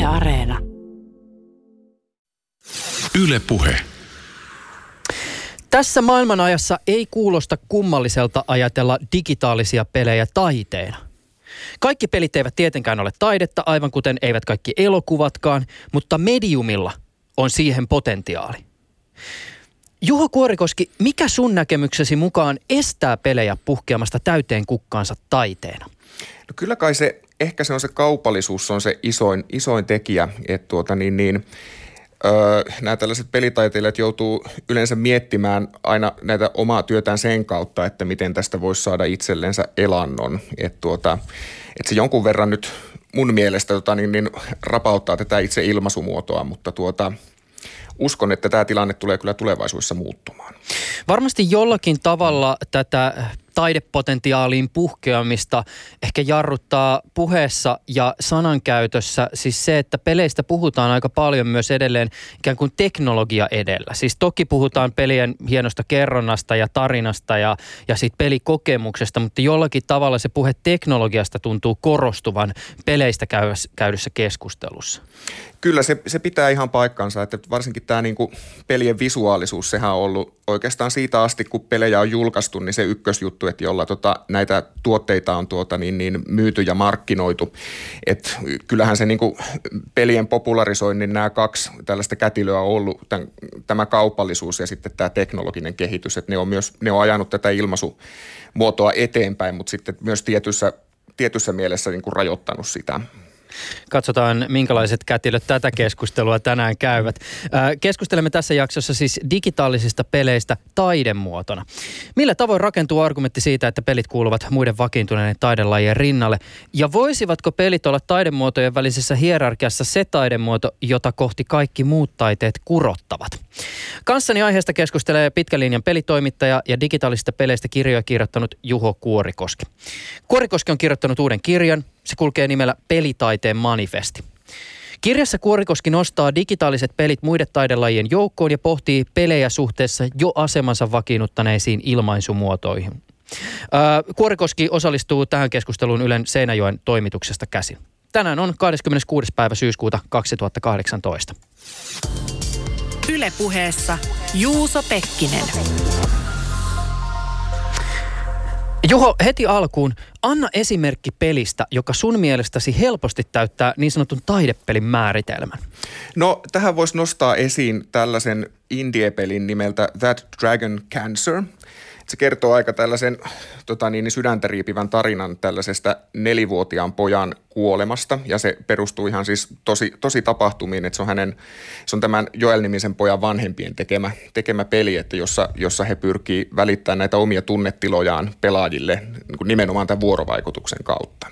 Yle Areena. Yle Puhe. Tässä maailmanajassa ei kuulosta kummalliselta ajatella digitaalisia pelejä taiteena. Kaikki pelit eivät tietenkään ole taidetta, aivan kuten eivät kaikki elokuvatkaan, mutta mediumilla on siihen potentiaali. Juho Kuorikoski, mikä sun näkemyksesi mukaan estää pelejä puhkeamasta täyteen kukkaansa taiteena? No kyllä kai ehkä se on se kaupallisuus, se on se isoin tekijä, että nämä tällaiset pelitaiteilijat joutuu yleensä miettimään aina näitä omaa työtään sen kautta, että miten tästä voisi saada itsellensä elannon. Että se jonkun verran nyt mun mielestä rapauttaa tätä itse ilmaisumuotoa, mutta uskon, että tämä tilanne tulee kyllä tulevaisuudessa muuttumaan. Varmasti jollakin tavalla tätä taidepotentiaaliin puhkeamista ehkä jarruttaa puheessa ja sanankäytössä siis se, että peleistä puhutaan aika paljon myös edelleen ikään kuin teknologia edellä. Siis toki puhutaan pelien hienosta kerronnasta ja tarinasta ja siitä pelikokemuksesta, mutta jollakin tavalla se puhe teknologiasta tuntuu korostuvan peleistä käydyssä keskustelussa. Kyllä se pitää ihan paikkansa, että varsinkin tämä pelien visuaalisuus, sehän on ollut oikeastaan siitä asti, kun pelejä on julkaistu, niin se ykkösjuttu, että jolla näitä tuotteita on myyty ja markkinoitu. Että kyllähän se pelien popularisoinnin nämä kaksi tällaista kätilöä on ollut, tämä kaupallisuus ja sitten tämä teknologinen kehitys, että ne on ajanut tätä ilmaisumuotoa eteenpäin, mutta sitten myös tietyssä mielessä rajoittanut sitä. Katsotaan, minkälaiset kätilöt tätä keskustelua tänään käyvät. Keskustelemme tässä jaksossa siis digitaalisista peleistä taidemuotona. Millä tavoin rakentuu argumentti siitä, että pelit kuuluvat muiden vakiintuneiden taidelajien rinnalle? Ja voisivatko pelit olla taidemuotojen välisessä hierarkiassa se taidemuoto, jota kohti kaikki muut taiteet kurottavat? Kanssani aiheesta keskustelee pitkän linjan pelitoimittaja ja digitaalisista peleistä kirjoja kirjoittanut Juho Kuorikoski. Kuorikoski on kirjoittanut uuden kirjan. Se kulkee nimellä Pelitaiteen manifesti. Kirjassa Kuorikoski nostaa digitaaliset pelit muiden taidelajien joukkoon ja pohtii pelejä suhteessa jo asemansa vakiinnuttaneisiin ilmaisumuotoihin. Kuorikoski osallistuu tähän keskusteluun Ylen Seinäjoen toimituksesta käsin. Tänään on 26. päivä syyskuuta 2018. Yle Puheessa Juuso Pekkinen. Juho, heti alkuun, anna esimerkki pelistä, joka sun mielestäsi helposti täyttää niin sanotun taidepelin määritelmän. No, tähän voisi nostaa esiin tällaisen indie-pelin nimeltä That Dragon Cancer. Se kertoo aika tällaisen sydäntä riipivän tarinan tällaisesta 4-vuotiaan pojan kuolemasta, ja se perustuu ihan siis tosi tapahtumiin, että se on tämän Joel-nimisen pojan vanhempien tekemä peli, että jossa he pyrkii välittämään näitä omia tunnetilojaan pelaajille nimenomaan tämän vuorovaikutuksen kautta.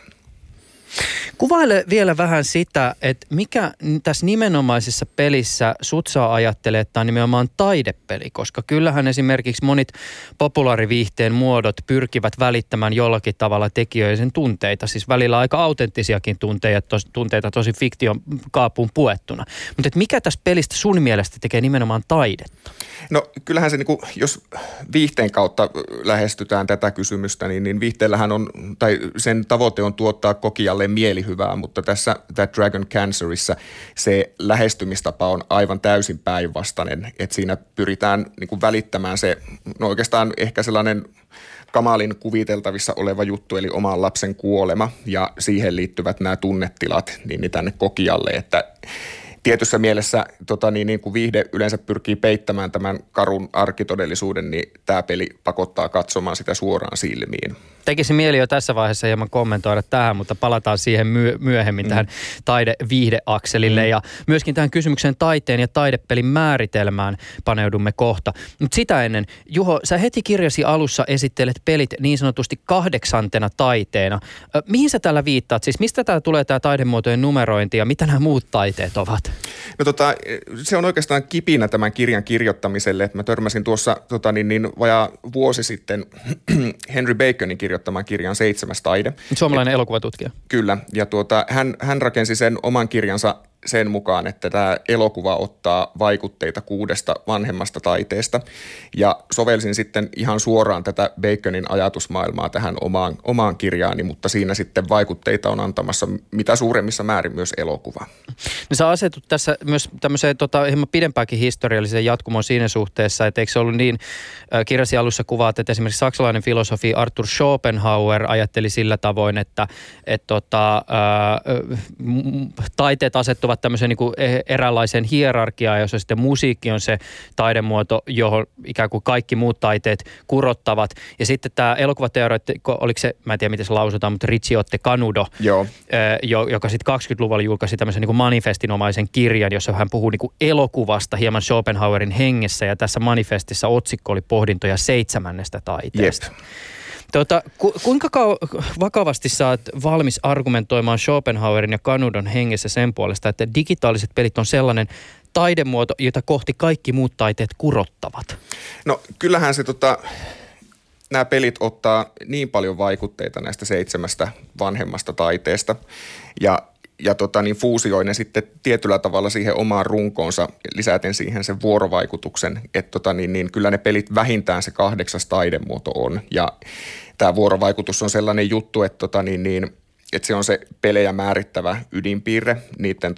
Kuvaile vielä vähän sitä, että mikä tässä nimenomaisessa pelissä sut saa ajattelee, että tämä on nimenomaan taidepeli, koska kyllähän esimerkiksi monit populaariviihteen muodot pyrkivät välittämään jollakin tavalla tekijöiden tunteita, siis välillä aika autenttisiakin tunteita tosi fiktion kaapuun puettuna. Mutta mikä tässä pelistä sun mielestä tekee nimenomaan taidetta? No kyllähän se, jos viihteen kautta lähestytään tätä kysymystä, niin viihteellähän on, tai sen tavoite on tuottaa kokijalle mielihyvää, mutta tässä Dragon Cancerissa se lähestymistapa on aivan täysin päinvastainen, että siinä pyritään välittämään se, no oikeastaan ehkä sellainen kamalin kuviteltavissa oleva juttu, eli oman lapsen kuolema ja siihen liittyvät nämä tunnetilat niin tänne kokijalle, että tietyssä mielessä kun viihde yleensä pyrkii peittämään tämän karun arkitodellisuuden, niin tämä peli pakottaa katsomaan sitä suoraan silmiin. Tekisi mieli jo tässä vaiheessa hieman kommentoida tähän, mutta palataan siihen myöhemmin tähän taide-viihde-akselille ja myöskin tähän kysymykseen taiteen ja taidepelin määritelmään paneudumme kohta. Mutta sitä ennen, Juho, sä heti kirjasi alussa esittelet pelit niin sanotusti 8. taiteena. Mihin sä tällä viittaat? Siis mistä täällä tulee tämä taidemuotojen numerointi ja mitä nämä muut taiteet ovat? No se on oikeastaan kipinä tämän kirjan kirjoittamiselle, että mä törmäsin tuossa vajaa vuosi sitten Henry Baconin kirjoittamaan kirjan 7. taide. Suomalainen elokuvatutkija. Kyllä, ja hän rakensi sen oman kirjansa sen mukaan, että tämä elokuva ottaa vaikutteita 6 vanhemmasta taiteesta ja sovelsin sitten ihan suoraan tätä Baconin ajatusmaailmaa tähän omaan kirjaani, mutta siinä sitten vaikutteita on antamassa mitä suuremmissa määrin myös elokuva. No sä asetut tässä myös tämmöiseen hieman pidempääkin historialliseen jatkumoon siinä suhteessa, että eikö se ollut niin, kirjasi alussa kuvaat, että esimerkiksi saksalainen filosofi Arthur Schopenhauer ajatteli sillä tavoin, että taiteet asettuvat tämmöiseen niin kuin eräänlaiseen hierarkiaan, jossa sitten musiikki on se taidemuoto, johon ikään kuin kaikki muut taiteet kurottavat. Ja sitten tämä elokuvateoreetikko, oliko se, mä en tiedä miten se lausutaan, mutta Ricciotto Canudo, joka sitten 20-luvulla julkaisi tämmöisen niin kuin manifestinomaisen kirjan, jossa hän puhuu niin kuin elokuvasta hieman Schopenhauerin hengessä, ja tässä manifestissa otsikko oli pohdintoja 7. taiteesta. Kuinka vakavasti sä oot valmis argumentoimaan Schopenhauerin ja Canudon hengessä sen puolesta, että digitaaliset pelit on sellainen taidemuoto, jota kohti kaikki muut taiteet kurottavat? No kyllähän se nämä pelit ottaa niin paljon vaikutteita näistä 7 vanhemmasta taiteesta ja fuusioi ne sitten tietyllä tavalla siihen omaan runkoonsa, lisäten siihen sen vuorovaikutuksen, että kyllä ne pelit vähintään se 8. taidemuoto on. Ja tämä vuorovaikutus on sellainen juttu, että, että se on se pelejä määrittävä ydinpiirre, niiden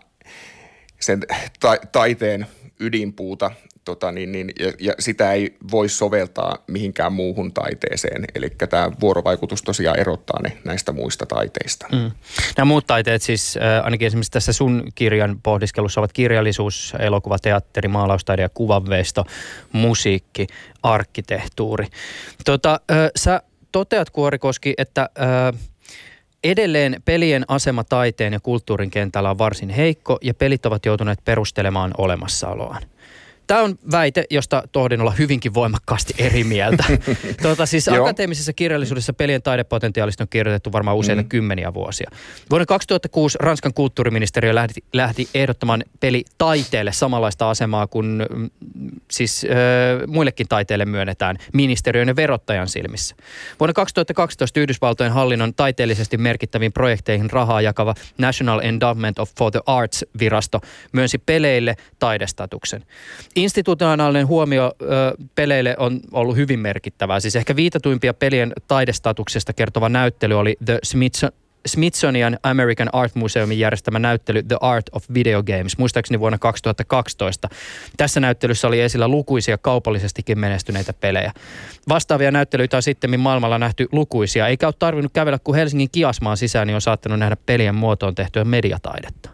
sen taiteen ydinpuuta, ja sitä ei voi soveltaa mihinkään muuhun taiteeseen. Eli tämä vuorovaikutus tosiaan erottaa ne näistä muista taiteista. Nämä muut taiteet siis, ainakin esimerkiksi tässä sun kirjan pohdiskelussa ovat kirjallisuus, elokuva, teatteri, maalaustaide ja kuvanveisto, musiikki, arkkitehtuuri. Sä toteat, Kuorikoski, että edelleen pelien asema taiteen ja kulttuurin kentällä on varsin heikko ja pelit ovat joutuneet perustelemaan olemassaoloaan. Tämä on väite, josta tohdin olla hyvinkin voimakkaasti eri mieltä. Siis akateemisessa kirjallisuudessa pelien taidepotentiaalista on kirjoitettu varmaan useita kymmeniä vuosia. Vuonna 2006 Ranskan kulttuuriministeriö lähti ehdottamaan pelitaiteelle samanlaista asemaa kuin muillekin taiteille myönnetään ministeriön ja verottajan silmissä. Vuonna 2012 Yhdysvaltojen hallinnon taiteellisesti merkittäviin projekteihin rahaa jakava National Endowment for the Arts-virasto myönsi peleille taidestatuksen. Institutionaalinen huomio peleille on ollut hyvin merkittävää. Siis ehkä viitatuimpia pelien taidestatuksesta kertova näyttely oli The Smithsonian American Art Museumin järjestämä näyttely The Art of Video Games, muistaakseni vuonna 2012. Tässä näyttelyssä oli esillä lukuisia kaupallisestikin menestyneitä pelejä. Vastaavia näyttelyitä on sitten maailmalla nähty lukuisia. Eikä ole tarvinnut kävellä, kun Helsingin Kiasmaan sisään, niin on saattanut nähdä pelien muotoon tehtyä mediataidetta.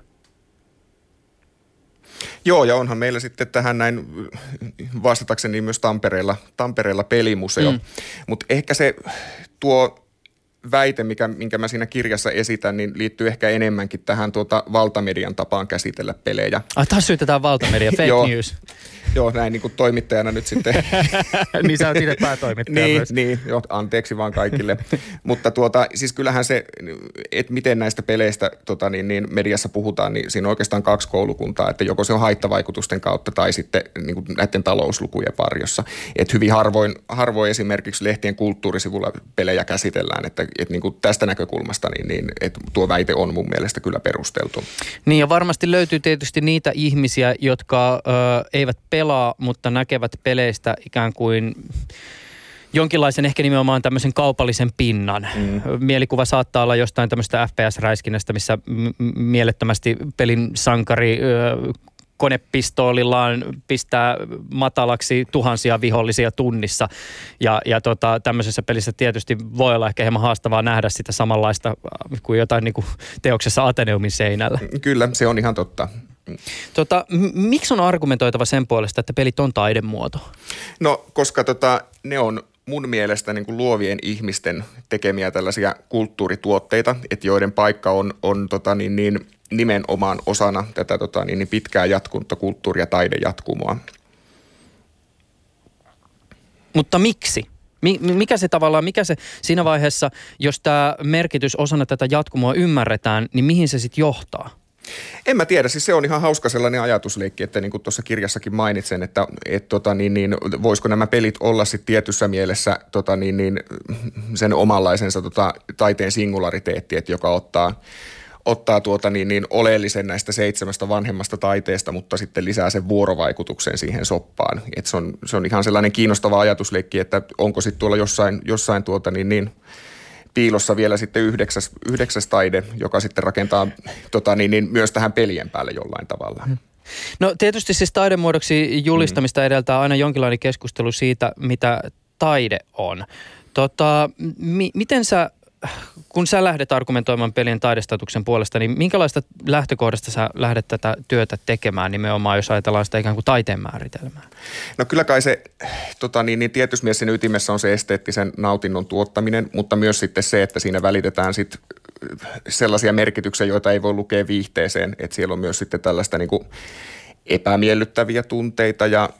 Joo, ja onhan meillä sitten tähän näin vastatakseni myös Tampereella pelimuseo. Mutta ehkä se tuo väite, minkä mä siinä kirjassa esitän, niin liittyy ehkä enemmänkin tähän valtamedian tapaan käsitellä pelejä. Taas syytetään valtamedia, fake news. Joo, näin niin kuin toimittajana nyt sitten. Niin sä oot itse päätoimittaja myös. Niin, anteeksi vaan kaikille. Mutta siis kyllähän se, että miten näistä peleistä mediassa puhutaan, niin siinä on oikeastaan 2 koulukuntaa, että joko se on haittavaikutusten kautta tai sitten niin kuin näiden talouslukujen varjossa. Että hyvin harvoin esimerkiksi lehtien kulttuurisivulla pelejä käsitellään, että niin kuin tästä näkökulmasta niin että tuo väite on mun mielestä kyllä perusteltu. Niin ja varmasti löytyy tietysti niitä ihmisiä, jotka eivät pelaa, mutta näkevät peleistä ikään kuin jonkinlaisen ehkä nimenomaan tämmöisen kaupallisen pinnan. Mielikuva saattaa olla jostain tämmöistä FPS-räiskinnästä, missä mielettömästi pelin sankari konepistoolillaan pistää matalaksi tuhansia vihollisia tunnissa. Ja tämmöisessä pelissä tietysti voi olla ehkä hieman haastavaa nähdä sitä samanlaista kuin jotain niin kuin teoksessa Ateneumin seinällä. Kyllä, se on ihan totta. Miksi on argumentoitava sen puolesta, että pelit on taidemuoto? No, koska ne on mun mielestä niin kuin luovien ihmisten tekemiä tällaisia kulttuurituotteita, että joiden paikka on nimenomaan osana tätä pitkää jatkunutta kulttuuri- ja taidejatkumoa. Mutta miksi? Mikä se siinä vaiheessa, jos tämä merkitys osana tätä jatkumoa ymmärretään, niin mihin se sitten johtaa? En mä tiedä, siis se on ihan hauska sellainen ajatusleikki, että niin kuin tuossa kirjassakin mainitsen, että voisiko nämä pelit olla sitten tietyssä mielessä sen omanlaisensa taiteen singulariteetti, että joka ottaa oleellisen näistä 7 vanhemmasta taiteesta, mutta sitten lisää sen vuorovaikutuksen siihen soppaan. Että se on ihan sellainen kiinnostava ajatusleikki, että onko sitten tuolla jossain piilossa vielä sitten yhdeksäs taide, joka sitten rakentaa myös tähän pelien päälle jollain tavalla. No tietysti siis taidemuodoksi julistamista edeltää aina jonkinlainen keskustelu siitä, mitä taide on. Miten kun sä lähdet argumentoimaan pelien taidestatuksen puolesta, niin minkälaista lähtökohdasta sä lähdet tätä työtä tekemään nimenomaan, jos ajatellaan sitä ikään kuin taiteen määritelmää? No kyllä kai se tietysti mielessä sen ytimessä on se esteettisen nautinnon tuottaminen, mutta myös sitten se, että siinä välitetään sitten sellaisia merkityksiä, joita ei voi lukea viihteeseen, että siellä on myös sitten tällaista niin kuin epämiellyttäviä tunteita ja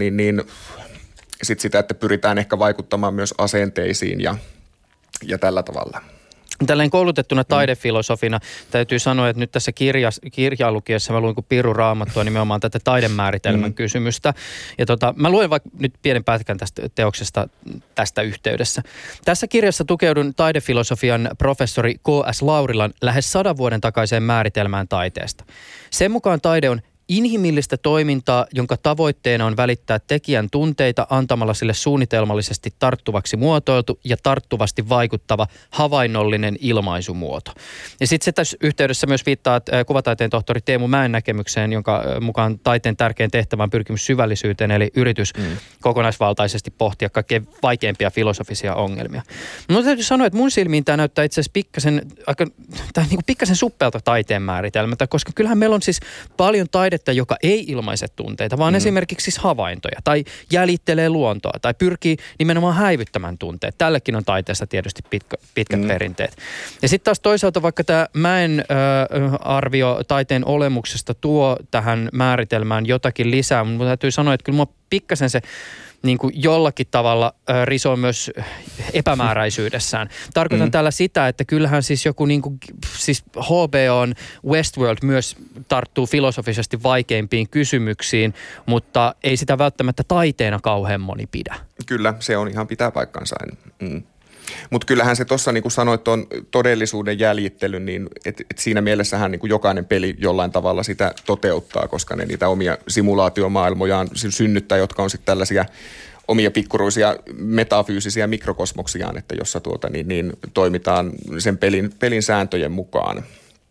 sitten sitä, että pyritään ehkä vaikuttamaan myös asenteisiin ja tällä tavalla. Tällainen koulutettuna taidefilosofina täytyy sanoa, että nyt tässä kirjaa lukiessa mä luin kuin piru raamattua nimenomaan tätä taidemääritelmän kysymystä. Ja mä luen vaikka nyt pienen pätkän tästä teoksesta tästä yhteydessä. Tässä kirjassa tukeudun taidefilosofian professori K.S. Laurilan lähes 100 vuoden takaiseen määritelmään taiteesta. Sen mukaan taide on inhimillistä toimintaa, jonka tavoitteena on välittää tekijän tunteita antamalla sille suunnitelmallisesti tarttuvaksi muotoiltu ja tarttuvasti vaikuttava havainnollinen ilmaisumuoto. Ja sitten se tässä yhteydessä myös viittaa kuvataiteen tohtori Teemu Mäen näkemykseen, jonka mukaan taiteen tärkein tehtävä on pyrkimys syvällisyyteen, eli yritys kokonaisvaltaisesti pohtia kaikkein vaikeimpia filosofisia ongelmia. Mutta täytyy sanoa, että mun silmiin tämä näyttää itse asiassa pikkasen suppealta taiteen määritelmältä, koska kyllähän meillä on siis paljon taidetta, joka ei ilmaise tunteita, vaan esimerkiksi siis havaintoja tai jäljittelee luontoa tai pyrkii nimenomaan häivyttämään tunteet. Tällekin on taiteessa tietysti pitkät perinteet. Ja sitten taas toisaalta vaikka tämä Mäen arvio taiteen olemuksesta tuo tähän määritelmään jotakin lisää, mutta täytyy sanoa, että kyllä mua pikkasen se niin kuin jollakin tavalla risoo myös epämääräisyydessään. Tarkoitan tällä sitä, että kyllähän siis joku niin kuin, siis HBO:n Westworld myös tarttuu filosofisesti vaikeimpiin kysymyksiin, mutta ei sitä välttämättä taiteena kauhean moni pidä. Kyllä, se on ihan pitää paikkansa. Mutta kyllähän se tuossa, niin kuin sanoit, on todellisuuden jäljittely, niin että siinä mielessähän niin kuin jokainen peli jollain tavalla sitä toteuttaa, koska ne niitä omia simulaatiomaailmojaan synnyttää, jotka on sitten tällaisia omia pikkuruisia metafyysisiä mikrokosmoksiaan, että jossa toimitaan sen pelin sääntöjen mukaan.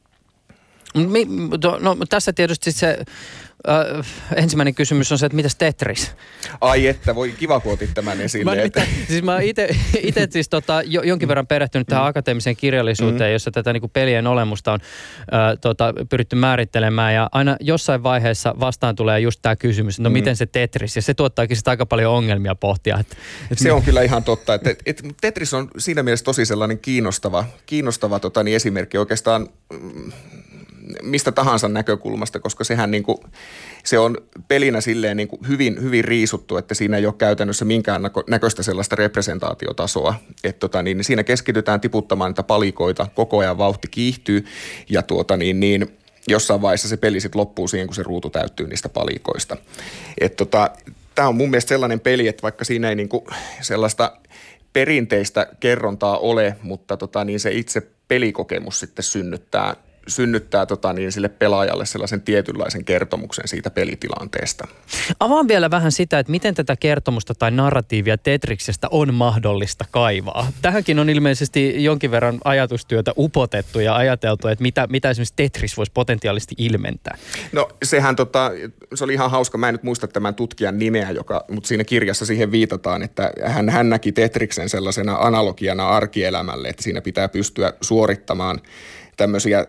No tässä tietysti se ensimmäinen kysymys on se, että mitäs Tetris? Ai että, voi kiva kun otit tämän esille. Mä itse siis jonkin verran perehtynyt tähän akateemiseen kirjallisuuteen, jossa tätä niinku pelien olemusta on pyritty määrittelemään ja aina jossain vaiheessa vastaan tulee just tämä kysymys, että no miten se Tetris? Ja se tuottaakin sitä aika paljon ongelmia pohtia. Se on kyllä ihan totta. Että Tetris on siinä mielessä tosi sellainen kiinnostava esimerkki oikeastaan mistä tahansa näkökulmasta, koska sehän se on pelinä silleen hyvin riisuttu, että siinä ei ole käytännössä minkään näköistä sellaista representaatiotasoa. Että siinä keskitytään tiputtamaan niitä palikoita, koko ajan vauhti kiihtyy ja jossain vaiheessa se peli sitten loppuu siihen, kun se ruutu täyttyy niistä palikoista. Tämä on mun mielestä sellainen peli, että vaikka siinä ei sellaista perinteistä kerrontaa ole, mutta se itse pelikokemus sitten synnyttää sille pelaajalle sellaisen tietynlaisen kertomuksen siitä pelitilanteesta. Avaan vielä vähän sitä, että miten tätä kertomusta tai narratiivia Tetriksestä on mahdollista kaivaa. Tähänkin on ilmeisesti jonkin verran ajatustyötä upotettu ja ajateltu, että mitä esimerkiksi Tetris voisi potentiaalisesti ilmentää. No sehän se oli ihan hauska. Mä en nyt muista tämän tutkijan nimeä, mutta siinä kirjassa siihen viitataan, että hän näki Tetriksen sellaisena analogiana arkielämälle, että siinä pitää pystyä suorittamaan tämmöisiä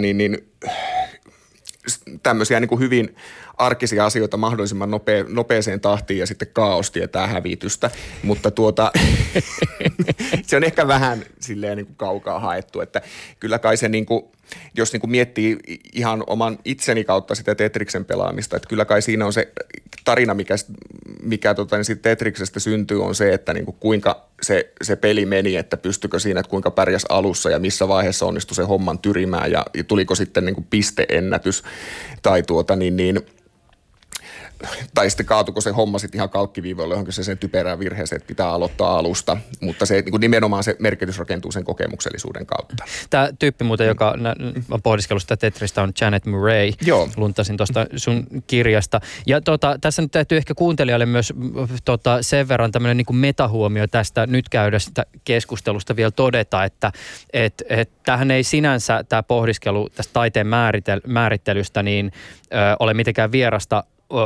niin kuin hyvin arkisia asioita mahdollisimman nopeeseen tahtiin ja sitten kaos tietää hävitystä, mutta se on ehkä vähän silleen niin kuin kaukaa haettu, että kyllä kai se jos miettii ihan oman itseni kautta sitä Tetriksen pelaamista, että kyllä kai siinä on se tarina, mikä siitä Tetriksestä syntyy, on se, että kuinka se peli meni, että pystykö siinä, että kuinka pärjäs alussa ja missä vaiheessa onnistui se homman tyrimään ja tuliko sitten pisteennätys tai tai sitten kaatuko se homma sitten ihan kalkkiviivoille johonkin sen typerään virheeseen, että pitää aloittaa alusta, mutta se niin kuin nimenomaan se merkitys rakentuu sen kokemuksellisuuden kautta. Tämä tyyppi muuten, joka on pohdiskellut sitä Tetristä, on Janet Murray. Joo. Luntasin tuosta sun kirjasta. Ja tässä nyt täytyy ehkä kuuntelijalle myös sen verran tämmöinen niin kuin metahuomio tästä nyt käydästä keskustelusta vielä todeta, että tämähän ei sinänsä tämä pohdiskelu tästä taiteen määrittelystä niin ole mitenkään vierasta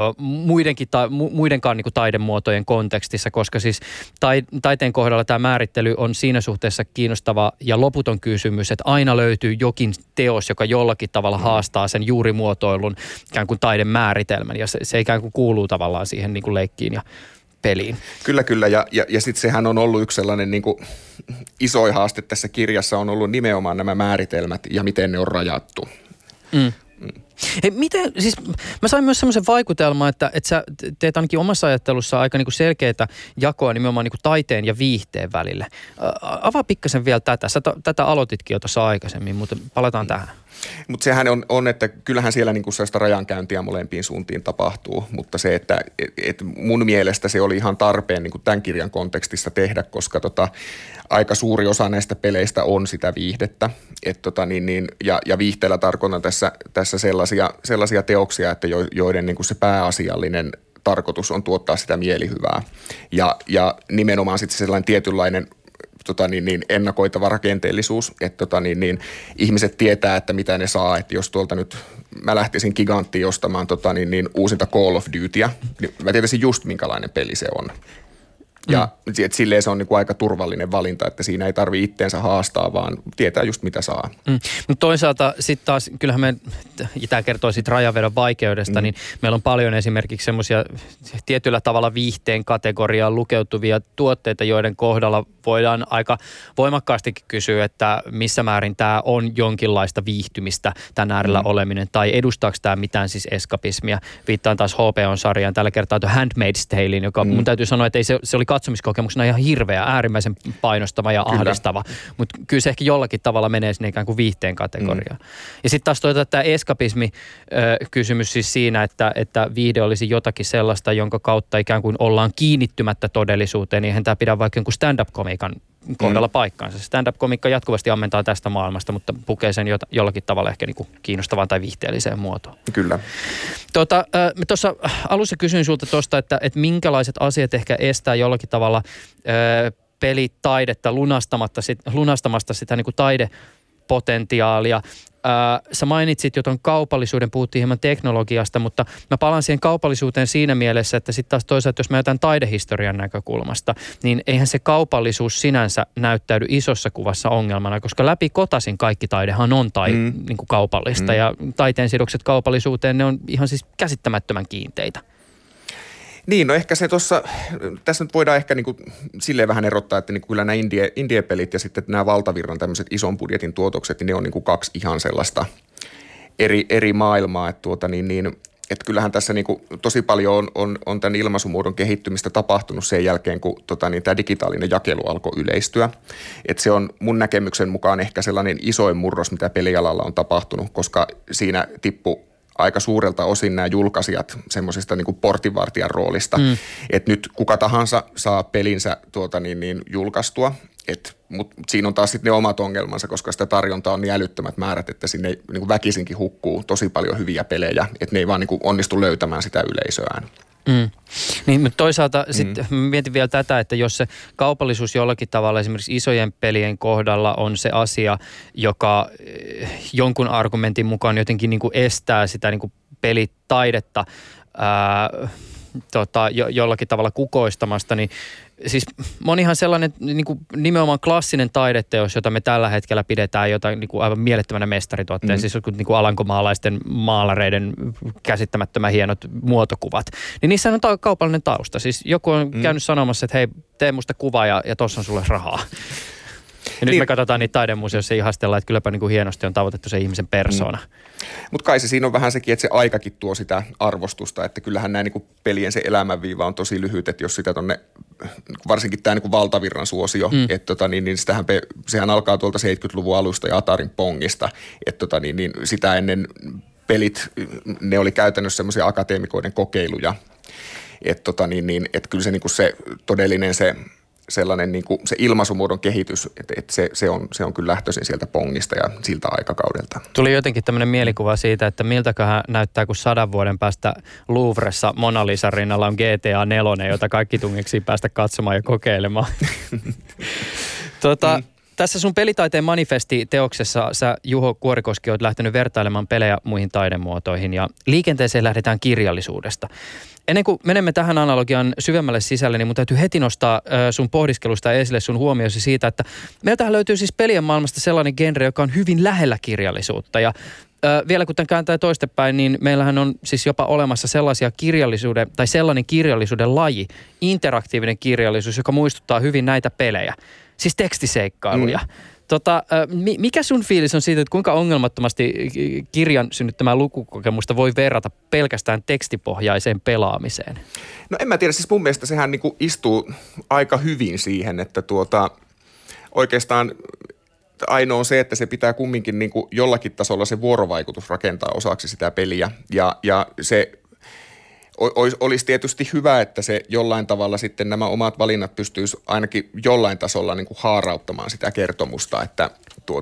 muidenkaan niin kuin taidemuotojen kontekstissa, koska siis taiteen kohdalla tämä määrittely on siinä suhteessa kiinnostava ja loputon kysymys, että aina löytyy jokin teos, joka jollakin tavalla haastaa sen juurimuotoilun ikään kuin taidemääritelmän ja se ikään kuin kuuluu tavallaan siihen niin kuin leikkiin ja peliin. Kyllä. Ja sitten sehän on ollut yksi sellainen niin kuin isoin haaste tässä kirjassa on ollut nimenomaan nämä määritelmät ja miten ne on rajattu. Hei, miten, siis mä sain myös semmoisen vaikutelman, että sä teet ainakin omassa ajattelussa aika niinku selkeää jakoa nimenomaan niinku taiteen ja viihteen välille. Avaa pikkasen vielä tätä. Sä tätä aloititkin jo tuossa aikaisemmin, mutta palataan tähän. Mutta sehän on, että kyllähän siellä niinku sellaista rajankäyntiä molempiin suuntiin tapahtuu, mutta se, että mun mielestä se oli ihan tarpeen niinku tämän kirjan kontekstissa tehdä, koska aika suuri osa näistä peleistä on sitä viihdettä. Ja viihteellä tarkoitan tässä sellaisia teoksia, että joiden niinku se pääasiallinen tarkoitus on tuottaa sitä mielihyvää. Ja nimenomaan sitten sellainen tietynlainen ennakoitava rakenteellisuus, että ihmiset tietää, että mitä ne saa, että jos tuolta nyt mä lähtisin Giganttiin ostamaan uusinta Call of Dutyä, niin mä tietäisin just minkälainen peli se on. Ja silleen se on niinku aika turvallinen valinta, että siinä ei tarvitse itteensä haastaa, vaan tietää just mitä saa. Mutta toisaalta sitten taas, kyllähän me, ja tämä kertoo siitä rajanvedon vaikeudesta, niin meillä on paljon esimerkiksi semmoisia tietyllä tavalla viihteen kategoriaan lukeutuvia tuotteita, joiden kohdalla voidaan aika voimakkaastikin kysyä, että missä määrin tämä on jonkinlaista viihtymistä, tämän äärellä oleminen, tai edustaako tämä mitään siis eskapismia. Viittaan taas HBO-sarjaan, tällä kertaa Handmaid's Talein, joka mun täytyy sanoa, että ei se oli katsomiskokemuksena ihan hirveä, äärimmäisen painostava ja ahdistava, mutta kyllä se ehkä jollakin tavalla menee sinne ikään kuin viihteen kategoriaan. Ja sitten taas tämä eskapismi-kysymys siis siinä, että viihde olisi jotakin sellaista, jonka kautta ikään kuin ollaan kiinnittymättä todellisuuteen, niin eihän tämä pidä vaikka jonkun stand-up-komiikan kohdalla paikkaansa. Stand-up-komiikka jatkuvasti ammentaa tästä maailmasta, mutta pukee sen jollakin tavalla ehkä niin kuin kiinnostavaan tai viihteelliseen muotoon. Kyllä. Tuossa alussa kysyin sulta tuosta, että minkälaiset asiat ehkä estää jollakin tavalla pelitaidetta lunastamasta sitä niin kuin taidepotentiaalia. Sä mainitsit jo tuon kaupallisuuden, puhuttiin hieman teknologiasta, mutta mä palaan siihen kaupallisuuteen siinä mielessä, että sitten taas toisaalta, jos mä jätän taidehistorian näkökulmasta, niin eihän se kaupallisuus sinänsä näyttäydy isossa kuvassa ongelmana, koska läpi kotasin kaikki taidehan on niin kuin kaupallista ja taiteen sidokset kaupallisuuteen, ne on ihan siis käsittämättömän kiinteitä. Niin, no ehkä se tässä nyt voidaan ehkä niinku silleen vähän erottaa, että niinku kyllä nämä indie-pelit ja sitten nämä valtavirran tämmöiset ison budjetin tuotokset, niin ne on niinku kaksi ihan sellaista eri maailmaa, että että kyllähän tässä niinku tosi paljon on tämän ilmaisumuodon kehittymistä tapahtunut sen jälkeen, kun tämä digitaalinen jakelu alkoi yleistyä. Että se on mun näkemyksen mukaan ehkä sellainen isoin murros, mitä pelialalla on tapahtunut, koska siinä tippui aika suurelta osin nämä julkaisijat semmoisesta niin kuin portinvartijan roolista, että nyt kuka tahansa saa pelinsä julkaistua, mutta siinä on taas sitten ne omat ongelmansa, koska sitä tarjontaa on niin älyttömät määrät, että sinne niin kuin väkisinkin hukkuu tosi paljon hyviä pelejä, että ne ei vaan niin kuin onnistu löytämään sitä yleisöään. Niin, mutta toisaalta sitten mietin vielä tätä, että jos se kaupallisuus jollakin tavalla esimerkiksi isojen pelien kohdalla on se asia, joka jonkun argumentin mukaan jotenkin niin kuin estää sitä niin kuin pelitaidetta jollakin tavalla kukoistamasta, niin siis monihan sellainen niin kuin nimenomaan klassinen taideteos, jota me tällä hetkellä pidetään jotain niin kuin aivan mielettömänä mestarituotteen, siis niin kuin alankomaalaisten maalareiden käsittämättömän hienot muotokuvat, niin niissä on kaupallinen tausta. Siis joku on käynyt sanomassa, että hei, tee musta kuva ja tossa on sulle rahaa. Ja nyt me katsotaan niitä taidemuseoissa ja ihastellaan, että kylläpä niin kuin hienosti on tavoitettu se ihmisen persoona. Mutta kai se siinä on vähän sekin, että se aikakin tuo sitä arvostusta, että kyllähän nämä niin pelien se elämänviiva on tosi lyhyt, että jos sitä tonne, varsinkin tämä niin valtavirran suosio, että sehän alkaa tuolta 70-luvun alusta ja Atarin Pongista, että sitä ennen pelit, ne oli käytännössä semmoisia akateemikoiden kokeiluja. Että kyllä se, niin kuin se todellinen se sellainen niin kuin se ilmaisumuodon kehitys, että se on kyllä lähtöisin sieltä Pongista ja siltä aikakaudelta. Tuli jotenkin tämmöinen mielikuva siitä, että miltäköhän näyttää, kun 100 vuoden päästä Louvressa Mona Lisan rinnalla on GTA 4, jota kaikki tungeksi päästä katsomaan ja kokeilemaan. Tässä sun pelitaiteen manifesti-teoksessa sä, Juho Kuorikoski, oot lähtenyt vertailemaan pelejä muihin taidemuotoihin ja liikenteeseen lähdetään kirjallisuudesta. Ennen kuin menemme tähän analogian syvemmälle sisälle, niin mun täytyy heti nostaa sun pohdiskelusta esille sun huomiosi siitä, että meiltähän löytyy siis pelien maailmasta sellainen genre, joka on hyvin lähellä kirjallisuutta. Ja vielä kun tämän kääntää toistepäin, niin meillähän on siis jopa olemassa sellainen kirjallisuuden laji, interaktiivinen kirjallisuus, joka muistuttaa hyvin näitä pelejä. Siis tekstiseikkailuja. Mikä sun fiilis on siitä, että kuinka ongelmattomasti kirjan synnyttämää lukukokemusta voi verrata pelkästään tekstipohjaiseen pelaamiseen? No en mä tiedä, siis mun mielestä sehän niinku istuu aika hyvin siihen, että oikeastaan ainoa on se, että se pitää kumminkin niinku jollakin tasolla se vuorovaikutus rakentaa osaksi sitä peliä ja se olisi tietysti hyvä, että se jollain tavalla sitten nämä omat valinnat pystyisi ainakin jollain tasolla niin kuin haarauttamaan sitä kertomusta, että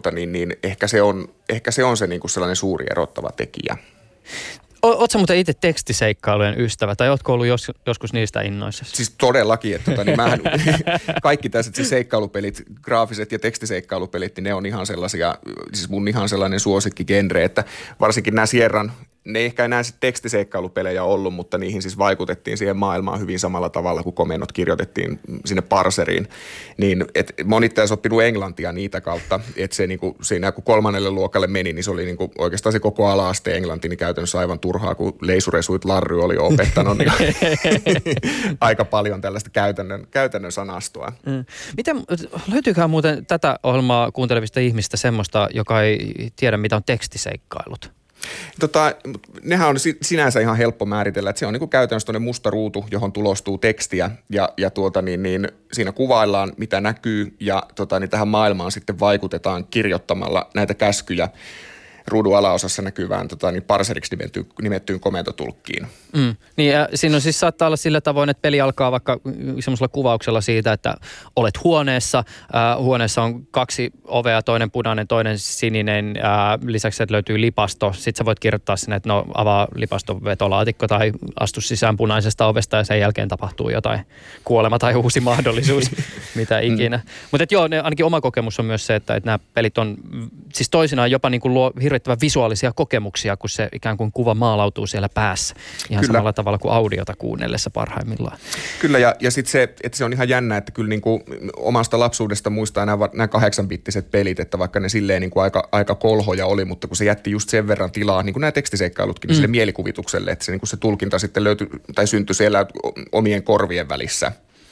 ehkä se on se niin kuin sellainen suuri erottava tekijä. Ootko sä muuten itse tekstiseikkailujen ystävä, tai ootko ollut joskus niistä innoissasi? Siis todellakin, että kaikki tällaiset siis seikkailupelit, graafiset ja tekstiseikkaulupelit, niin ne on ihan sellaisia, siis mun ihan sellainen suosikkigenre, että varsinkin nämä Sierran, ne ei ehkä enää sitten tekstiseikkailupelejä ollut, mutta niihin siis vaikutettiin siihen maailmaan hyvin samalla tavalla, kun komennot kirjoitettiin sinne parseriin. Niin, että monet olisi oppinut englantia niitä kautta, että se niinku, siinä kun 3. luokalle meni, niin se oli niinku oikeastaan se koko ala-asteen englanti, niin käytännössä aivan turhaa, kun Leisuresuit Larry oli opettanut niin aika paljon tällaista käytännön sanastoa. Löytyyköhän muuten tätä ohjelmaa kuuntelevista ihmistä semmoista, joka ei tiedä, mitä on tekstiseikkailut? Nehän on sinänsä ihan helppo määritellä, että se on niin kuin käytännössä tuonne musta ruutu, johon tulostuu tekstiä ja siinä kuvaillaan, mitä näkyy ja tähän maailmaan sitten vaikutetaan kirjoittamalla näitä käskyjä ruudun alaosassa näkyvään parseriksi nimettyyn komentotulkkiin. Niin ja siinä on siis saattaa olla sillä tavoin, että peli alkaa vaikka semmoisella kuvauksella siitä, että olet huoneessa. Huoneessa on 2 ovea, toinen punainen, toinen sininen. Lisäksi löytyy lipasto. Sitten sä voit kirjoittaa sinne, että no avaa lipaston vetolaatikko tai astu sisään punaisesta ovesta ja sen jälkeen tapahtuu jotain kuolema tai uusi mahdollisuus, mitä ikinä. Mutta joo, ainakin oma kokemus on myös se, että nämä pelit on siis toisinaan jopa niin kuin luo hirvittävän visuaalisia kokemuksia, kun se ikään kuin kuva maalautuu siellä päässä. Ihan kyllä. Samalla tavalla kuin audiota kuunnellessa parhaimmillaan. Kyllä, ja sitten se, että se on ihan jännä, että kyllä niin kuin omasta lapsuudesta muistaa nämä 8-bittiset pelit, että vaikka ne silleen niin kuin aika kolhoja oli, mutta kun se jätti just sen verran tilaa, niin kuin nämä tekstiseikkailutkin, niin sille mielikuvitukselle, että se, niin kuin se tulkinta sitten löytyi tai syntyi siellä omien korvien välissä.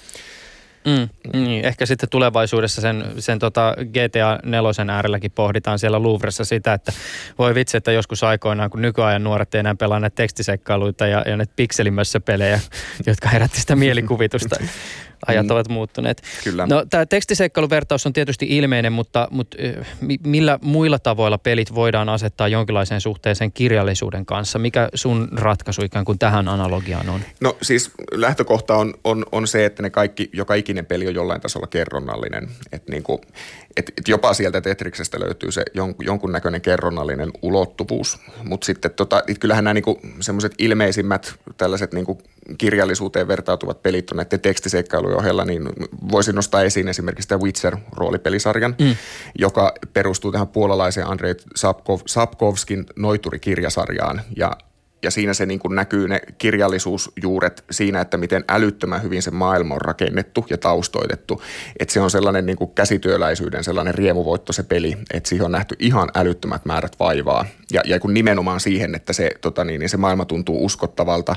Niin, ehkä sitten tulevaisuudessa sen GTA 4 äärelläkin pohditaan siellä Louvressa sitä, että voi vitsi, että joskus aikoinaan, kun nykyajan nuoret ei enää pelaa näitä tekstiseikkailuita ja näitä pikselimössöpelejä, jotka herätti sitä mielikuvitusta. Ajat ovat muuttuneet. Kyllä. No, tämä tekstiseikkailuvertaus on tietysti ilmeinen, mutta millä muilla tavoilla pelit voidaan asettaa jonkinlaiseen suhteeseen kirjallisuuden kanssa? Mikä sun ratkaisu ikään kuin tähän analogiaan on? No siis lähtökohta on se, että ne kaikki, joka ikinen peli on jollain tasolla kerronnallinen. Että niinku, jopa sieltä Tetriksestä löytyy se jonkunnäköinen kerronnallinen ulottuvuus. Mutta sitten kyllähän nämä niinku semmoiset ilmeisimmät tällaiset niinku kirjallisuuteen vertautuvat pelit on näiden tekstiseikkailujen ohella, niin voisin nostaa esiin esimerkiksi tämä Witcher-roolipelisarjan, joka perustuu tähän puolalaiseen Andrei Sapkovskin Noituri-kirjasarjaan ja siinä se niin kuin näkyy ne kirjallisuusjuuret siinä, että miten älyttömän hyvin se maailma on rakennettu ja taustoitettu. Että se on sellainen niin kuin käsityöläisyyden sellainen riemuvoitto se peli, että siihen on nähty ihan älyttömät määrät vaivaa. Ja kun nimenomaan siihen, että se, se maailma tuntuu uskottavalta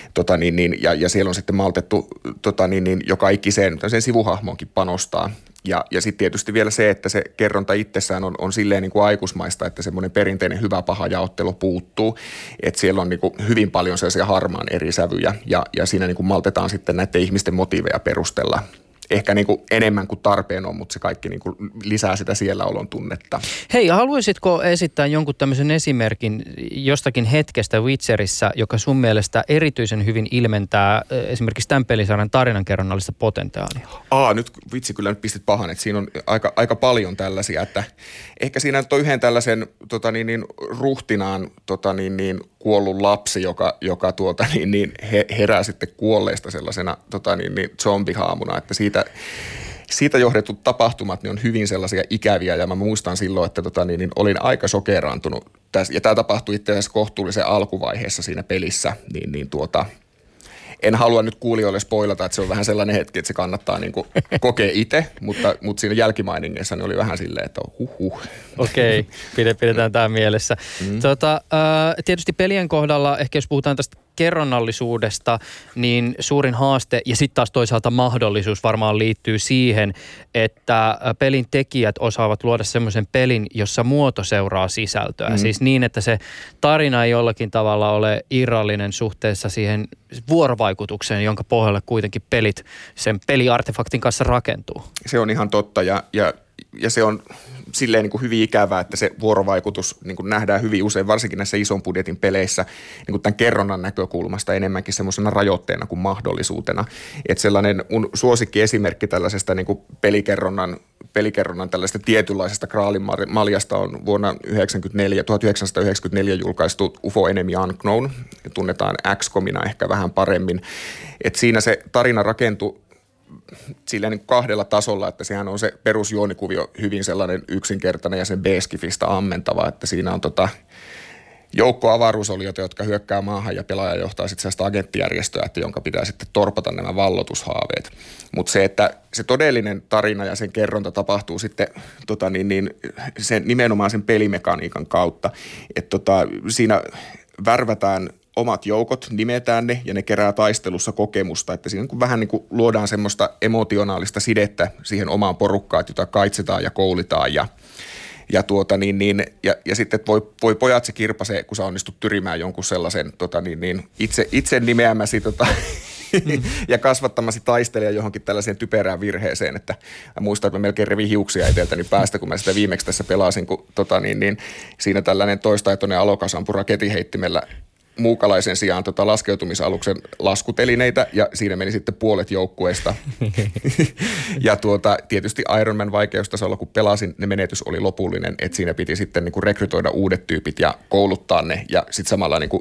ja siellä on sitten maltettu joka ikiseen sen sivuhahmonkin panostaa. Ja sitten tietysti vielä se, että se kerronta itsessään on silleen niin kuin aikuismaista, että semmoinen perinteinen hyvä paha jaottelu puuttuu. Että siellä on niin kuin hyvin paljon sellaisia harmaan eri sävyjä ja siinä niin kuin maltetaan sitten näiden ihmisten motiiveja perustella. ehkä niin kuin enemmän kuin tarpeen on, mutta se kaikki niin kuin lisää sitä sielläolon tunnetta. Hei, haluaisitko esittää jonkun tämmöisen esimerkin jostakin hetkestä Witcherissä, joka sun mielestä erityisen hyvin ilmentää esimerkiksi tämän pelisarjan tarinankerronnallista potentiaalia? Nyt vitsi, kyllä nyt pistit pahan, että siinä on aika paljon tällaisia, että ehkä siinä on yhden tällaisen ruhtinaan kuollut lapsi, joka herää sitten kuolleista sellaisena zombihaamuna, että siitä johdetut tapahtumat niin on hyvin sellaisia ikäviä, ja mä muistan silloin, että olin aika shokeeraantunut tässä, ja tämä tapahtui itse asiassa kohtuullisen alkuvaiheessa siinä pelissä, en halua nyt kuulijoille spoilata, että se on vähän sellainen hetki, että se kannattaa niin kuin kokea itse, mutta siinä jälkimainingeissa niin oli vähän silleen, että Okei, pidetään tämä mielessä. Tietysti pelien kohdalla, ehkä jos puhutaan tästä kerronnallisuudesta, niin suurin haaste ja sitten taas toisaalta mahdollisuus varmaan liittyy siihen, että pelin tekijät osaavat luoda semmoisen pelin, jossa muoto seuraa sisältöä. Siis niin, että se tarina ei jollakin tavalla ole irrallinen suhteessa siihen vuorovaikutukseen, jonka pohjalle kuitenkin pelit sen peliartefaktin kanssa rakentuu. Se on ihan totta ja se on silleen niin kuin hyvin ikävää, että se vuorovaikutus niin kuin nähdään hyvin usein, varsinkin näissä ison budjetin peleissä, niin kuin tämän kerronnan näkökulmasta enemmänkin semmoisena rajoitteena kuin mahdollisuutena. Että sellainen mun suosikkiesimerkki tällaisesta niin kuin pelikerronnan tällaisesta tietynlaisesta graalinmaljasta on vuonna 1994 julkaistu UFO Enemy Unknown, tunnetaan XCOMina ehkä vähän paremmin. Että siinä se tarina rakentui silleen niin kuin kahdella tasolla, että sehän on se perusjuonikuvio hyvin sellainen yksinkertainen ja sen B-skifistä ammentava, että siinä on joukko avaruusolijoita, jotka hyökkää maahan ja pelaaja johtaa sitten sellaista agenttijärjestöä, jonka pitää sitten torpata nämä vallotushaaveet. Mutta se, että se todellinen tarina ja sen kerronta tapahtuu sitten sen, nimenomaan sen pelimekaniikan kautta, että siinä värvätään omat joukot, nimetään ne ja ne kerää taistelussa kokemusta, että siinä vähän niin kuin luodaan semmoista emotionaalista sidettä siihen omaan porukkaan, jota kaitsetaan ja koulitaan ja sitten voi pojat se kirpasee, kun sä onnistut tyrimään jonkun sellaisen itse nimeämäsi ja kasvattamasi taistelija johonkin tällaiseen typerään virheeseen, että muistan, että mä melkein revin hiuksia eteltäni päästä, kun mä sitä viimeksi tässä pelasin, kun siinä tällainen toistaitoinen alokas ampui raketinheittimellä muukalaisen sijaan laskeutumisaluksen laskutelineitä ja siinä meni sitten puolet joukkueesta. Ja tietysti Iron Man vaikeustasolla, kun pelasin, ne menetys oli lopullinen, että siinä piti sitten niin kuin rekrytoida uudet tyypit ja kouluttaa ne ja sitten samalla niin kuin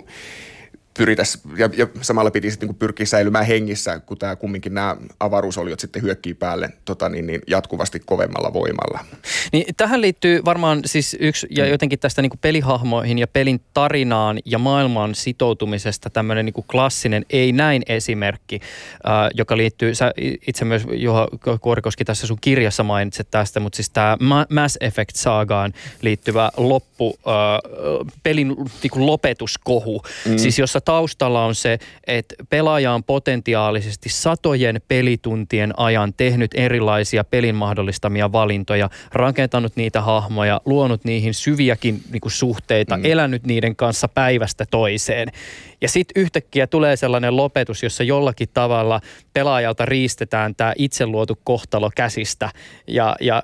ja samalla piti sitten niin kuin pyrkiä säilymään hengissä, kun kumminkin nämä avaruusoliot sitten hyökkii päälle jatkuvasti kovemmalla voimalla. Niin tähän liittyy varmaan siis yksi, ja jotenkin tästä niin kuin pelihahmoihin ja pelin tarinaan ja maailmaan sitoutumisesta tämmöinen niin kuin klassinen ei näin esimerkki, joka liittyy, sä itse myös Juha Kuorikoski tässä sun kirjassa mainitset tästä, mutta siis tämä Mass Effect-saagaan liittyvä pelin niin kuin lopetuskohu, siis jossa taustalla on se, että pelaaja on potentiaalisesti satojen pelituntien ajan tehnyt erilaisia pelin mahdollistamia valintoja, rakentanut niitä hahmoja, luonut niihin syviäkin niin kuin suhteita, elänyt niiden kanssa päivästä toiseen. Ja sitten yhtäkkiä tulee sellainen lopetus, jossa jollakin tavalla pelaajalta riistetään tämä itse luotu kohtalo käsistä. Ja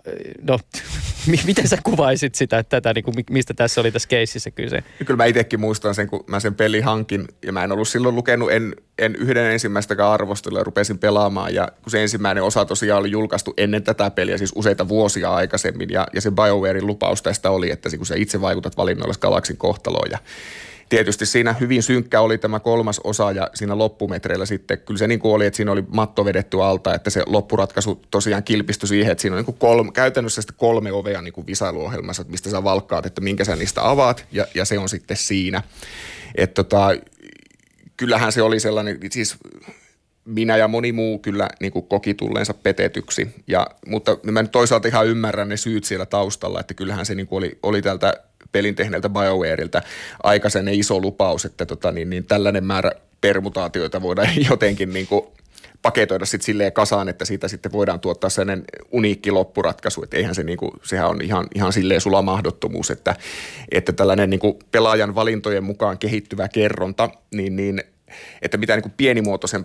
miten sä kuvaisit sitä, tätä, niin kuin, mistä tässä oli tässä keississä kyse? Kyllä mä itsekin muistan sen, kun mä sen pelin hankin ja mä en ollut silloin lukenut, en yhden ensimmäistäkään arvostelua ja rupesin pelaamaan. Ja kun se ensimmäinen osa tosiaan oli julkaistu ennen tätä peliä, siis useita vuosia aikaisemmin ja se BioWarein lupaus tästä oli, että kun sä itse vaikutat valinnoilla galaksin kohtaloon ja tietysti siinä hyvin synkkä oli tämä 3. osa ja siinä loppumetreillä sitten, kyllä se niin kuin oli, että siinä oli matto vedetty alta, että se loppuratkaisu tosiaan kilpistyi siihen, että siinä on niin kuin käytännössä sitten 3 ovea niin kuin visailuohjelmassa, että mistä sä valkkaat, että minkä sä niistä avaat ja se on sitten siinä. Että kyllähän se oli sellainen, siis minä ja moni muu kyllä niin kuin koki tulleensa petetyksi, mutta mä nyt toisaalta ihan ymmärrän ne syyt siellä taustalla, että kyllähän se niin kuin oli tältä pelin tehneeltä BioWareilta aikaisen iso lupaus, että tällainen määrä permutaatioita voidaan jotenkin niin kuin paketoida sitten silleen kasaan, että siitä sitten voidaan tuottaa sellainen uniikki loppuratkaisu, että eihän se niin kuin, sehän on ihan silleen sula mahdottomuus, että tällainen niin kuin pelaajan valintojen mukaan kehittyvä kerronta, että mitä niin kuin pienimuotoisempana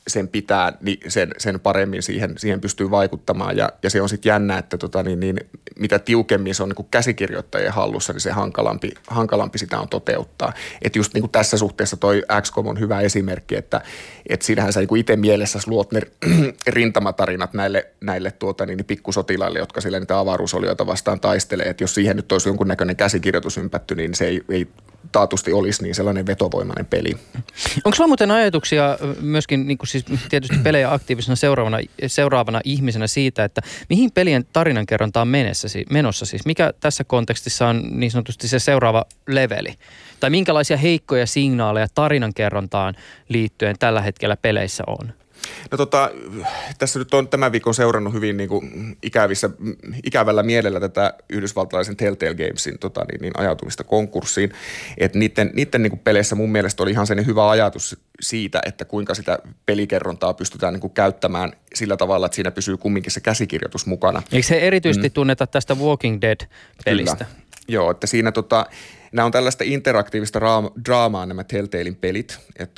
sen pitää, niin sen paremmin siihen pystyy vaikuttamaan. Ja se on sitten jännä, että mitä tiukemmin se on niin kuin käsikirjoittajien hallussa, niin se hankalampi sitä on toteuttaa. Että just niin kuin tässä suhteessa toi XCOM on hyvä esimerkki, että siinähän sä niin itse mielessä luot ne rintamatarinat näille pikkusotilaille, jotka siellä niitä avaruusolioita vastaan taistelee. Että jos siihen nyt olisi jonkunnäköinen käsikirjoitus ympätty, niin se ei taatusti olisi niin sellainen vetovoimainen peli. Onko sulla muuten ajatuksia myöskin niin kuin siis tietysti pelejä aktiivisena seuraavana ihmisenä siitä, että mihin pelien tarinankerronta on menossa siis? Mikä tässä kontekstissa on niin sanotusti se seuraava leveli? Tai minkälaisia heikkoja signaaleja tarinankerrontaan liittyen tällä hetkellä peleissä on? No tässä nyt on tämän viikon seurannut hyvin niin kuin ikävällä mielellä tätä yhdysvaltalaisen Telltale Gamesin ajautumista konkurssiin. Että niiden niin kuin peleissä mun mielestä oli ihan sen hyvä ajatus siitä, että kuinka sitä pelikerrontaa pystytään niin kuin käyttämään sillä tavalla, että siinä pysyy kumminkin se käsikirjoitus mukana. Eikö se erityisesti tunneta tästä Walking Dead-pelistä? Kyllä. Joo, että siinä nämä on tällaista interaktiivista draamaa nämä Telltalein pelit, että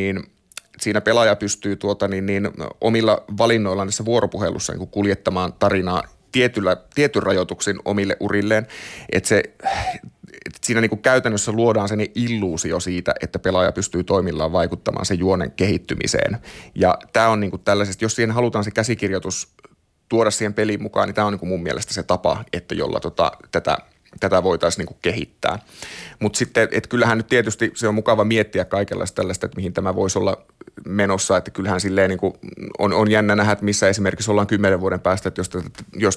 siinä pelaaja pystyy omilla valinnoillaan tässä vuoropuhelussa niin kuljettamaan tarinaa tietyn rajoituksin omille urilleen. Että siinä niin kuin käytännössä luodaan sen illuusio siitä, että pelaaja pystyy toimillaan vaikuttamaan sen juonen kehittymiseen. Ja tämä on niin kuin tällaisesta, jos siihen halutaan se käsikirjoitus tuoda siihen peliin mukaan, niin tämä on niin kuin mun mielestä se tapa, että jolla tätä voitaisiin niin kuin kehittää. Mutta sitten, että kyllähän nyt tietysti se on mukava miettiä kaikenlaista tällaista, että mihin tämä voisi olla menossa, että kyllähän silleen niin kuin on jännä nähdä, että missä esimerkiksi ollaan 10 vuoden päästä, että jos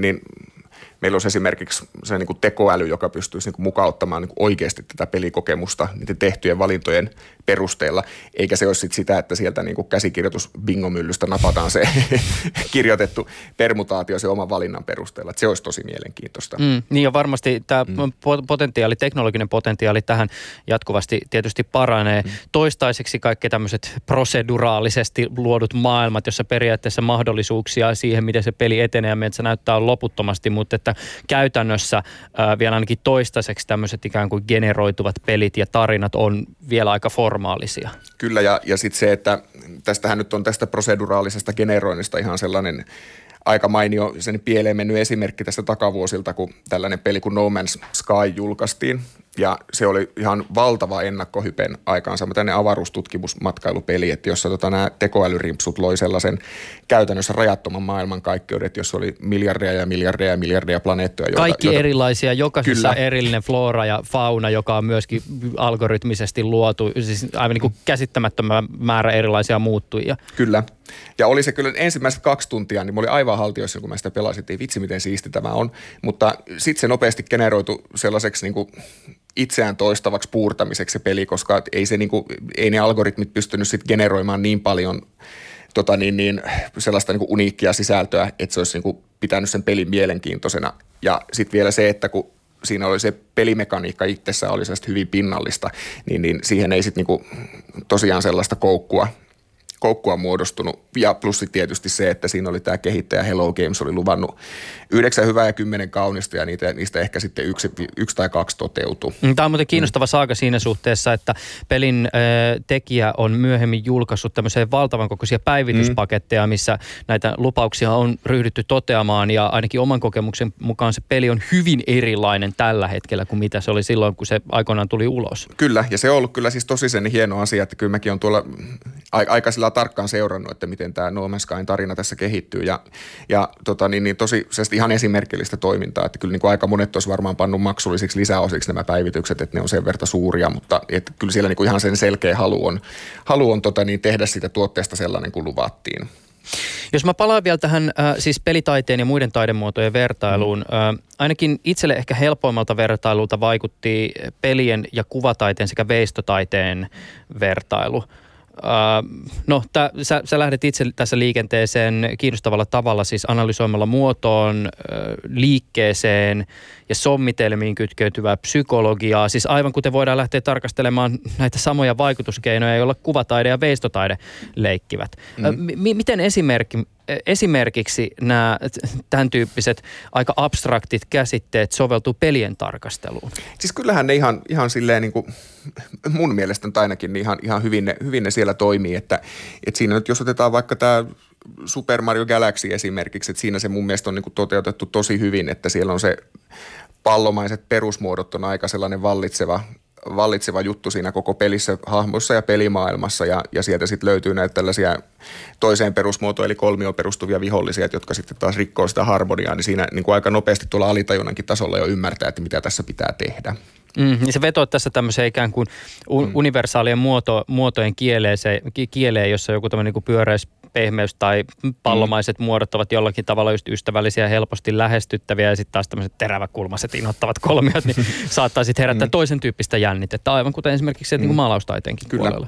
meillä olisi esimerkiksi se niin kuin tekoäly, joka pystyisi niin kuin mukauttamaan niin kuin oikeasti tätä pelikokemusta niiden tehtyjen valintojen perusteella, eikä se olisi sitä, että sieltä niin kuin käsikirjoitus bingomyllystä napataan se kirjoitettu permutaatio se oman valinnan perusteella. Että se olisi tosi mielenkiintoista. Niin ja varmasti tämä teknologinen potentiaali tähän jatkuvasti tietysti paranee. Toistaiseksi kaikki tämmöiset proseduraalisesti luodut maailmat, jossa periaatteessa mahdollisuuksia siihen, miten se peli etenee ja se näyttää loputtomasti, mutta että käytännössä vielä ainakin toistaiseksi tämmöiset ikään kuin generoituvat pelit ja tarinat on vielä aika formaalisia. Kyllä ja sitten se, että tästähän nyt on tästä proseduraalisesta generoinnista ihan sellainen aika mainio sen pieleen mennyt esimerkki tästä takavuosilta, kun tällainen peli kuin No Man's Sky julkaistiin. Ja se oli ihan valtava ennakkohypen aikaansa, tämmöinen avaruustutkimusmatkailupeli, että jossa nämä tekoälyrimpsut loi sellaisen käytännössä rajattoman maailmankaikkeuden, että jos oli miljardeja ja miljardeja ja miljardeja planeettoja. Kaikki erilaisia, jokaisessa erillinen flora ja fauna, joka on myöskin algoritmisesti luotu, siis aivan niin kuin käsittämättömän määrä erilaisia muuttujia. Kyllä. Ja oli se kyllä ensimmäiset 2 tuntia, niin mä olin aivan haltioissa, kun mä sitä pelasin, että ei vitsi miten siisti tämä on. Mutta sitten se nopeasti generoitu sellaiseksi niin kuin itseään toistavaksi puurtamiseksi se peli, koska ei ne algoritmit pystynyt sitten generoimaan niin paljon sellaista niin kuin uniikkia sisältöä, että se olisi niin kuin pitänyt sen pelin mielenkiintoisena. Ja sitten vielä se, että kun siinä oli se pelimekaniikka itsessään oli sellaista hyvin pinnallista, niin siihen ei sitten niin kuin tosiaan sellaista koukkua muodostunut. Ja plus tietysti se, että siinä oli tämä kehittäjä Hello Games oli luvannut 9 hyvää ja 10 kaunista ja niistä ehkä sitten yksi tai 2 toteutui. Tämä on muuten kiinnostava saaga siinä suhteessa, että pelin tekijä on myöhemmin julkaissut tämmöisiä valtavan kokoisia päivityspaketteja, missä näitä lupauksia on ryhdytty toteamaan ja ainakin oman kokemuksen mukaan se peli on hyvin erilainen tällä hetkellä kuin mitä se oli silloin, kun se aikoinaan tuli ulos. Kyllä, ja se on ollut kyllä siis tosi sen hieno asia, että kyllä mäkin on tuolla aika sillä tarkkaan seurannut, että miten tämä No Man's Skyn tarina tässä kehittyy ja tosi ihan esimerkillistä toimintaa, että kyllä niin kuin aika monet olisi varmaan pannut maksullisiksi lisäosiksi nämä päivitykset, että ne on sen verran suuria, mutta että kyllä siellä niin kuin ihan sen selkeä halu on tehdä siitä tuotteesta sellainen kuin luvattiin. Jos mä palaan vielä tähän siis pelitaiteen ja muiden taidemuotojen vertailuun, ainakin itselle ehkä helpoimmalta vertailulta vaikutti pelien ja kuvataiteen sekä veistotaiteen vertailu. Sä lähdet itse tässä liikenteeseen kiinnostavalla tavalla, siis analysoimalla muotoon, liikkeeseen ja sommitelmiin kytkeytyvää psykologiaa. Siis aivan kuten voidaan lähteä tarkastelemaan näitä samoja vaikutuskeinoja, joilla kuvataide ja veistotaide leikkivät. Miten esimerkiksi nämä tämän tyyppiset aika abstraktit käsitteet soveltuu pelien tarkasteluun? Siis kyllähän ne ihan silleen niin kuin, mun mielestä ainakin niin ihan hyvin ne siellä toimii, että siinä nyt jos otetaan vaikka tämä Super Mario Galaxy esimerkiksi, että siinä se mun mielestä on niin kuin toteutettu tosi hyvin, että siellä on se pallomaiset perusmuodot on aika sellainen vallitseva juttu siinä koko pelissä, hahmoissa ja pelimaailmassa ja sieltä sitten löytyy näitä tällaisia toiseen perusmuotoon eli kolmioon perustuvia vihollisia, jotka sitten taas rikkoo sitä harmoniaa, niin siinä niin kuin aika nopeasti tuolla alitajunnankin tasolla jo ymmärtää, että mitä tässä pitää tehdä. Niin se vetoo tässä tämmöiseen ikään kuin universaalien muotojen kieleen, jossa joku tämmöinen niin kuin pyöreys, pehmeys tai pallomaiset muodot ovat jollakin tavalla just ystävällisiä, helposti lähestyttäviä ja sitten taas tämmöiset teräväkulmaiset inhottavat kolmiot, niin saattaa sitten herättää toisen tyyppistä jännitettä, aivan kuten esimerkiksi niin kuin maalaustaiteenkin puolella.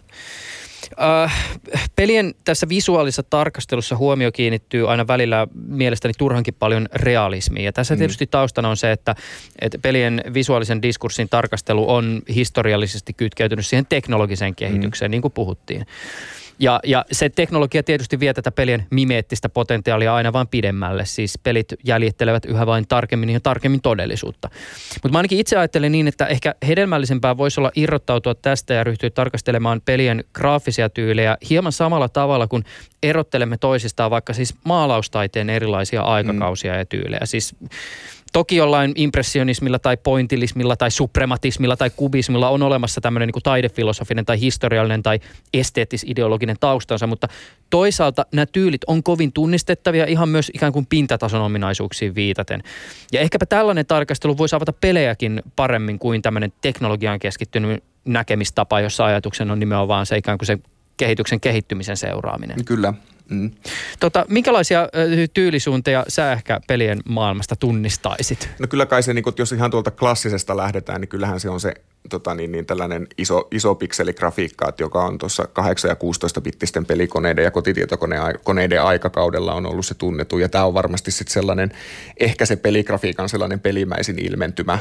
Pelien tässä visuaalisessa tarkastelussa huomio kiinnittyy aina välillä mielestäni turhankin paljon realismiin. Ja tässä tietysti taustana on se, että pelien visuaalisen diskurssin tarkastelu on historiallisesti kytkeytynyt siihen teknologiseen kehitykseen, niin kuin puhuttiin. Ja se teknologia tietysti vie tätä pelien mimeettistä potentiaalia aina vain pidemmälle. Siis pelit jäljittelevät yhä vain tarkemmin ja tarkemmin todellisuutta. Mutta mä ainakin itse ajattelen niin, että ehkä hedelmällisempää voisi olla irrottautua tästä ja ryhtyä tarkastelemaan pelien graafisia tyylejä hieman samalla tavalla, kun erottelemme toisistaan vaikka siis maalaustaiteen erilaisia aikakausia ja tyylejä. Siis toki jollain impressionismilla tai pointillismilla tai suprematismilla tai kubismilla on olemassa tämmöinen niin kuin taidefilosofinen tai historiallinen tai esteettis-ideologinen taustansa, mutta toisaalta nämä tyylit on kovin tunnistettavia ihan myös ikään kuin pintatason ominaisuuksiin viitaten. Ja ehkäpä tällainen tarkastelu voisi avata pelejäkin paremmin kuin tämmöinen teknologiaan keskittynyt näkemistapa, jossa ajatuksen on nimenomaan se ikään kuin se kehityksen kehittymisen seuraaminen. Kyllä. Minkälaisia tyylisuunteja sä ehkä pelien maailmasta tunnistaisit? No kyllä kai se, niin jos ihan tuolta klassisesta lähdetään, niin kyllähän se on se tällainen iso pikseligrafiikka, joka on tuossa 8- ja 16-bittisten pelikoneiden ja kotitietokoneiden aikakaudella on ollut se tunnettu. Ja tämä on varmasti sitten sellainen, ehkä se peligrafiikan sellainen pelimäisin ilmentymä,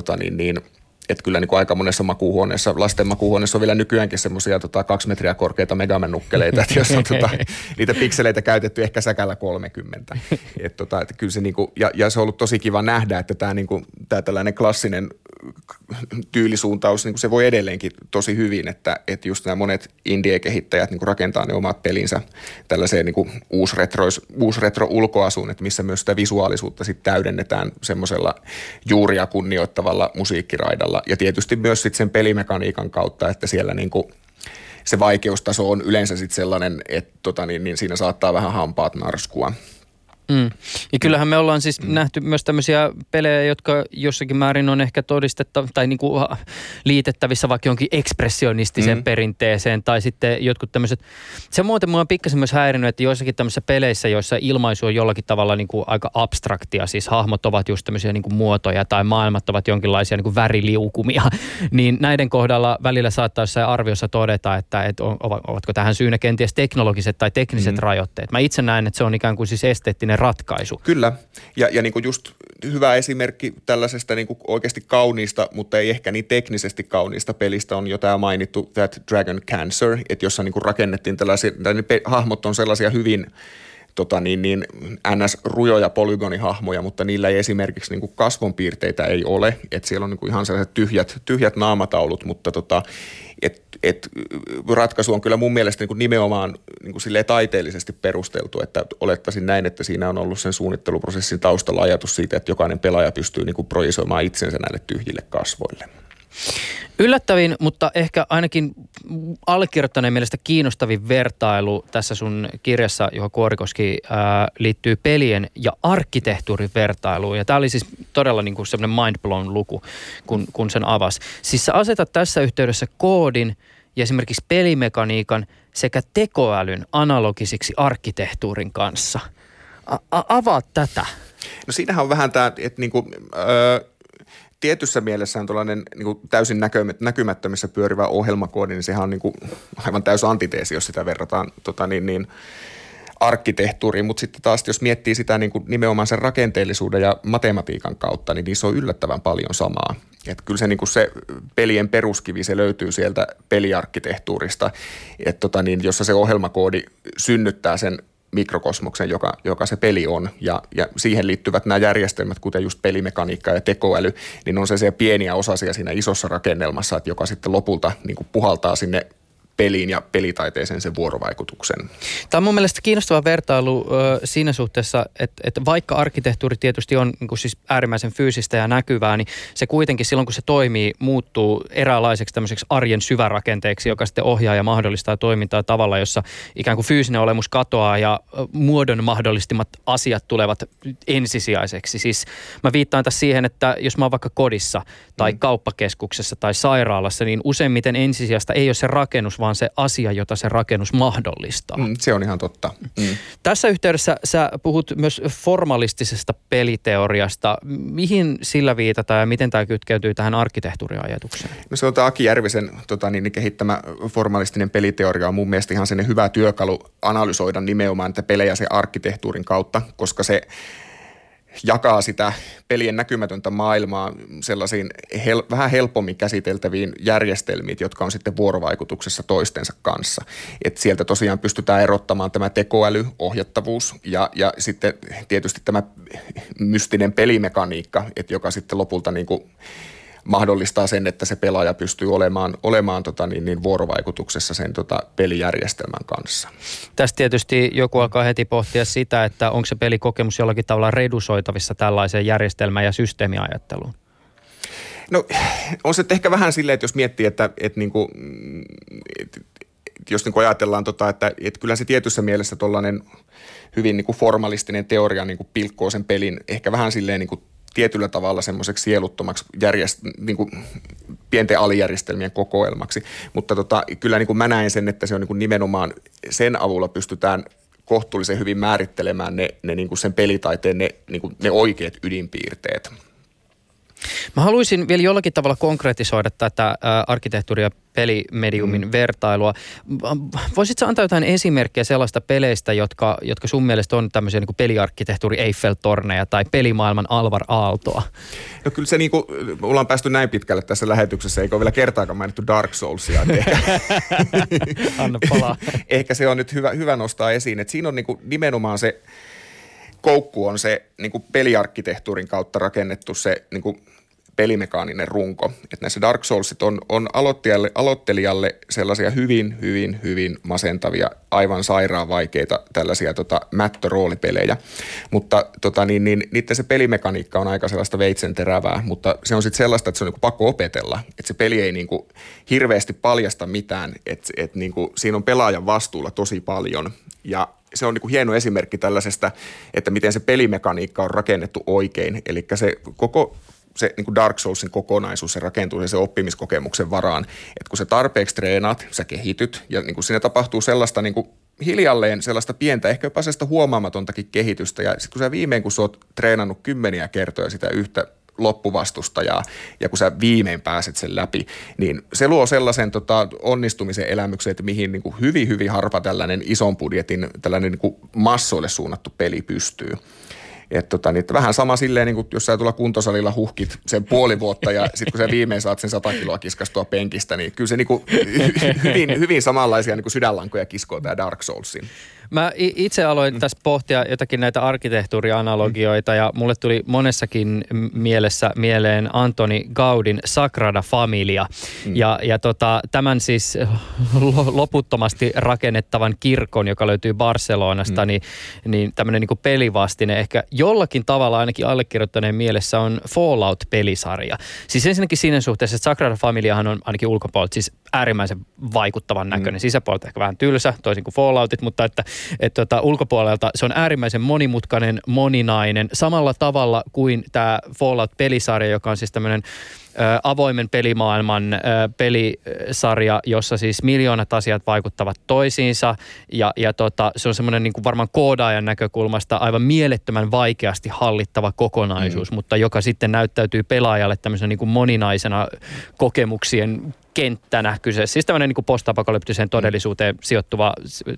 että kyllä niin kuin aika monessa makuuhuoneessa, lasten makuuhuoneessa on vielä nykyäänkin semmoisia 2 metriä korkeita Megaman-nukkeleita, että jos on niitä pikseleitä käytetty ehkä säkällä 30. Että kyllä se niin kuin, ja se on ollut tosi kiva nähdä, että tämä tällainen klassinen tyylisuuntaus, niin kuin se voi edelleenkin tosi hyvin, että just nämä monet indie-kehittäjät niin kuin rakentaa ne omat pelinsä tällaiseen niin kuin uusretro-ulkoasuun, että missä myös sitä visuaalisuutta sitten täydennetään semmoisella juuria kunnioittavalla musiikkiraidalla. Ja tietysti myös sitten sen pelimekaniikan kautta, että siellä niinku se vaikeustaso on yleensä sitten sellainen, että niin siinä saattaa vähän hampaat narskua. Ja kyllähän me ollaan siis nähty myös tämmöisiä pelejä, jotka jossakin määrin on ehkä tai niinku liitettävissä vaikka jonkin ekspressionistiseen perinteeseen tai sitten jotkut tämmöiset. Se muuten mua on pikkasen myös häirinyt, että joissakin tämmöisissä peleissä, joissa ilmaisu on jollakin tavalla niinku aika abstraktia, siis hahmot ovat just tämmöisiä niinku muotoja tai maailmat ovat jonkinlaisia niinku väriliukumia, niin näiden kohdalla välillä saattaa jossain arviossa todeta, että ovatko tähän syynä kenties teknologiset tai tekniset rajoitteet. Mä itse näen, että se on ikään kuin siis esteettinen ratkaisu. Kyllä. Ja niin kuin just hyvä esimerkki tällaisesta niin kuin oikeasti kauniista, mutta ei ehkä niin teknisesti kauniista pelistä on jo tämä mainittu That Dragon Cancer, että jossa niin kuin rakennettiin tällaisia, hahmot on sellaisia hyvin NS-rujoja polygonihahmoja, mutta niillä ei esimerkiksi niin kuin kasvonpiirteitä ei ole, että siellä on niin kuin ihan sellaiset tyhjät naamataulut, mutta ratkaisu on kyllä mun mielestä niin kuin nimenomaan niin kuin silleen taiteellisesti perusteltu, että olettaisin näin, että siinä on ollut sen suunnitteluprosessin taustalla ajatus siitä, että jokainen pelaaja pystyy niin kuin projisoimaan itsensä näille tyhjille kasvoille. Yllättävin, mutta ehkä ainakin allekirjoittaneen mielestä kiinnostavin vertailu tässä sun kirjassa, Juha Kuorikoski, liittyy pelien ja arkkitehtuurin vertailuun. Ja tämä oli siis todella niin kuin semmoinen mind-blown luku, kun sen avasi. Siis sä asetat tässä yhteydessä koodin ja esimerkiksi pelimekaniikan sekä tekoälyn analogisiksi arkkitehtuurin kanssa. Avaa tätä. No siinähän on vähän tämä, että niinku, tietyssä mielessä on tuollainen niin täysin näkymättömissä pyörivä ohjelmakoodi, niin sehän on niin kuin aivan täys antiteesi, jos sitä verrataan arkkitehtuuriin. Mutta sitten taas, jos miettii sitä niin kuin nimenomaan sen rakenteellisuuden ja matematiikan kautta, niin niissä on yllättävän paljon samaa. Että kyllä se, niin kuin se pelien peruskivi, se löytyy sieltä peliarkkitehtuurista, että jossa se ohjelmakoodi synnyttää sen mikrokosmoksen, joka se peli on. Ja siihen liittyvät nämä järjestelmät, kuten just pelimekaniikka ja tekoäly, niin on se pieniä osasia siinä isossa rakennelmassa, että joka sitten lopulta niin kuin puhaltaa sinne peliin ja pelitaiteeseen sen vuorovaikutuksen. Tämä on mun mielestä kiinnostava vertailu siinä suhteessa, että vaikka arkkitehtuuri tietysti on niin kuin siis äärimmäisen fyysistä ja näkyvää, niin se kuitenkin silloin, kun se toimii, muuttuu eräänlaiseksi tämmöiseksi arjen syvärakenteeksi, joka sitten ohjaa ja mahdollistaa toimintaa tavalla, jossa ikään kuin fyysinen olemus katoaa ja muodon mahdollistimat asiat tulevat ensisijaiseksi. Siis mä viittaan tässä siihen, että jos mä oon vaikka kodissa tai kauppakeskuksessa tai sairaalassa, niin useimmiten ensisijasta ei ole se rakennus, vaan se asia, jota se rakennus mahdollistaa. Se on ihan totta. Tässä yhteydessä sä puhut myös formalistisesta peliteoriasta. Mihin sillä viitataan ja miten tämä kytkeytyy tähän arkkitehtuuriajatukseen? No se on tämä Aki Järvisen kehittämä formalistinen peliteoria on mun mielestä ihan sellainen hyvä työkalu analysoida nimenomaan niitä pelejä sen arkkitehtuurin kautta, koska se jakaa sitä pelien näkymätöntä maailmaa sellaisiin vähän helpommin käsiteltäviin järjestelmiin, jotka on sitten vuorovaikutuksessa toistensa kanssa. Et sieltä tosiaan pystytään erottamaan tämä tekoäly, ohjattavuus ja sitten tietysti tämä mystinen pelimekaniikka, joka sitten lopulta niin kuin mahdollistaa sen, että se pelaaja pystyy olemaan vuorovaikutuksessa sen pelijärjestelmän kanssa. Tästä tietysti joku alkaa heti pohtia sitä, että onko se pelikokemus jollakin tavalla redusoitavissa tällaiseen järjestelmään ja systeemiajatteluun? No on se ehkä vähän silleen, että jos miettii, että jos niin kuin ajatellaan, että kyllä se tietyssä mielessä tuollainen hyvin niin kuin formalistinen teoria niin kuin pilkkoo sen pelin ehkä vähän silleen niin kuin tietyllä tavalla semmoiseksi sieluttomaksi niin kuin pienten alijärjestelmien kokoelmaksi. Mutta kyllä niin kuin mä näen sen, että se on niin kuin nimenomaan sen avulla pystytään kohtuullisen hyvin määrittelemään ne niin kuin sen pelitaiteen ne oikeat ydinpiirteet. Mä haluaisin vielä jollakin tavalla konkretisoida tätä arkkitehtuuri- ja pelimediumin vertailua. Voisitko antaa jotain esimerkkejä sellaista peleistä, jotka sun mielestä on tämmöisiä niin kuin peliarkkitehtuuri Eiffel-torneja tai pelimaailman Alvar Aaltoa? No kyllä se ollaan päästy näin pitkälle tässä lähetyksessä, eikä ole vielä kertaakaan mainittu Dark Soulsia. Anna palaa. Ehkä se on nyt hyvä nostaa esiin, että siinä on niin kuin nimenomaan se koukku on se niin kuin peliarkkitehtuurin kautta rakennettu se niin kuin pelimekaaninen runko. Että näissä Dark Soulsit on aloittelijalle sellaisia hyvin masentavia, aivan sairaan vaikeita tällaisia mättöroolipelejä. Mutta niiden se pelimekaniikka on aika sellaista veitsenterävää, mutta se on sitten sellaista, että se on niinku pakko opetella. Että se peli ei niinku hirveästi paljasta mitään, että niinku siinä on pelaajan vastuulla tosi paljon ja se on niin kuin hieno esimerkki tällaisesta, että miten se pelimekaniikka on rakennettu oikein. Eli se niin kuin Dark Soulsin kokonaisuus, se rakentuu sen oppimiskokemuksen varaan. Että kun sä tarpeeksi treenaat, sä kehityt ja niin kuin siinä tapahtuu sellaista niin kuin hiljalleen sellaista pientä, ehkä jopa sellaista huomaamatontakin kehitystä. Ja sitten kun sä viimein, kun sä oot treenannut kymmeniä kertoja sitä yhtä loppuvastustajaa ja kun sä viimein pääset sen läpi, niin se luo sellaisen onnistumisen elämyksen, että mihin niin kuin hyvin harva tällainen ison budjetin, tällainen niin kuin massoille suunnattu peli pystyy. Että vähän sama silleen, niin kuin jos sä tuolla kuntosalilla huhkit sen puoli vuotta ja sitten kun sä viimein saat sen 100 kiloa kiskastua penkistä, niin kyllä se niin kuin hyvin samanlaisia niin kuin sydänlankoja kiskoo tämä Dark Soulsin. Mä itse aloin tässä pohtia jotakin näitä arkkitehtuurianalogioita ja mulle tuli monessakin mielessä mieleen Antoni Gaudin Sagrada Familia. Ja tämän siis loputtomasti rakennettavan kirkon, joka löytyy Barcelonasta, niin tämmöinen niin kuin pelivastine ehkä jollakin tavalla ainakin allekirjoittaneen mielessä on Fallout-pelisarja. Siis ensinnäkin siinä suhteessa, että Sagrada Familiahan on ainakin ulkopuolelta siis äärimmäisen vaikuttavan näköinen. Sisäpuolelta ehkä vähän tylsä, toisin kuin Falloutit, mutta että ulkopuolelta se on äärimmäisen monimutkainen, moninainen, samalla tavalla kuin tämä Fallout-pelisarja, joka on siis tämmöinen avoimen pelimaailman pelisarja, jossa siis miljoonat asiat vaikuttavat toisiinsa ja se on semmoinen niin kuin varmaan koodaajan näkökulmasta aivan mielettömän vaikeasti hallittava kokonaisuus, mutta joka sitten näyttäytyy pelaajalle tämmöisenä niin kuin moninaisena kokemuksien kenttänä kyseessä. Siis tämmöinen niin kuin post-apokalyptiseen todellisuuteen sijoittuva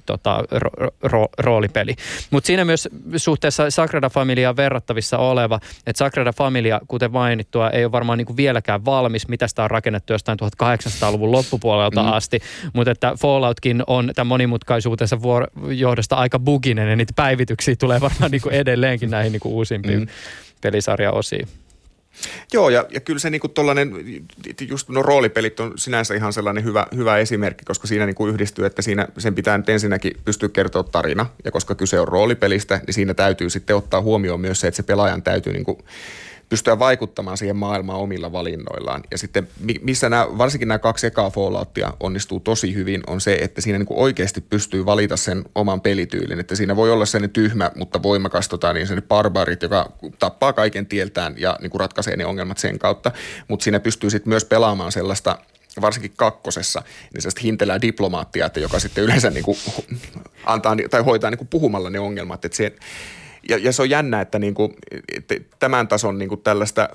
roolipeli. Mutta siinä myös suhteessa Sagrada Familiaan verrattavissa oleva, että Sagrada Familia, kuten mainittua, ei ole varmaan niin kuin vieläkään vieläkään valmis, mitä sitä on rakennettu jostain 1800-luvun loppupuolelta asti, mutta että Falloutkin on tämän monimutkaisuutensa johdosta aika buginen ja niitä päivityksiä tulee varmaan niin kuin edelleenkin näihin niin kuin uusimpiin pelisarjaosiin. Joo, ja kyllä se niinku tollainen, just roolipelit on sinänsä ihan sellainen hyvä esimerkki, koska siinä niinku yhdistyy, että siinä sen pitää nyt ensinnäkin pystyä kertoa tarina, ja koska kyse on roolipelistä, niin siinä täytyy sitten ottaa huomioon myös se, että se pelaajan täytyy niinku pystyä vaikuttamaan siihen maailmaan omilla valinnoillaan. Ja sitten missä varsinkin nämä 2 ekaa Falloutia onnistuu tosi hyvin, on se, että siinä niin kuin oikeasti pystyy valita sen oman pelityylin. Että siinä voi olla sellainen tyhmä, mutta voimakas niin sellainen barbarit, joka tappaa kaiken tieltään ja niin kuin ratkaisee ne ongelmat sen kautta. Mutta siinä pystyy sitten myös pelaamaan sellaista, varsinkin 2, niin sellaista hintelää diplomaattia, että joka sitten yleensä niin kuin antaa tai hoitaa niin kuin puhumalla ne ongelmat. Että se, ja se on jännä, että, että tämän tason tällaista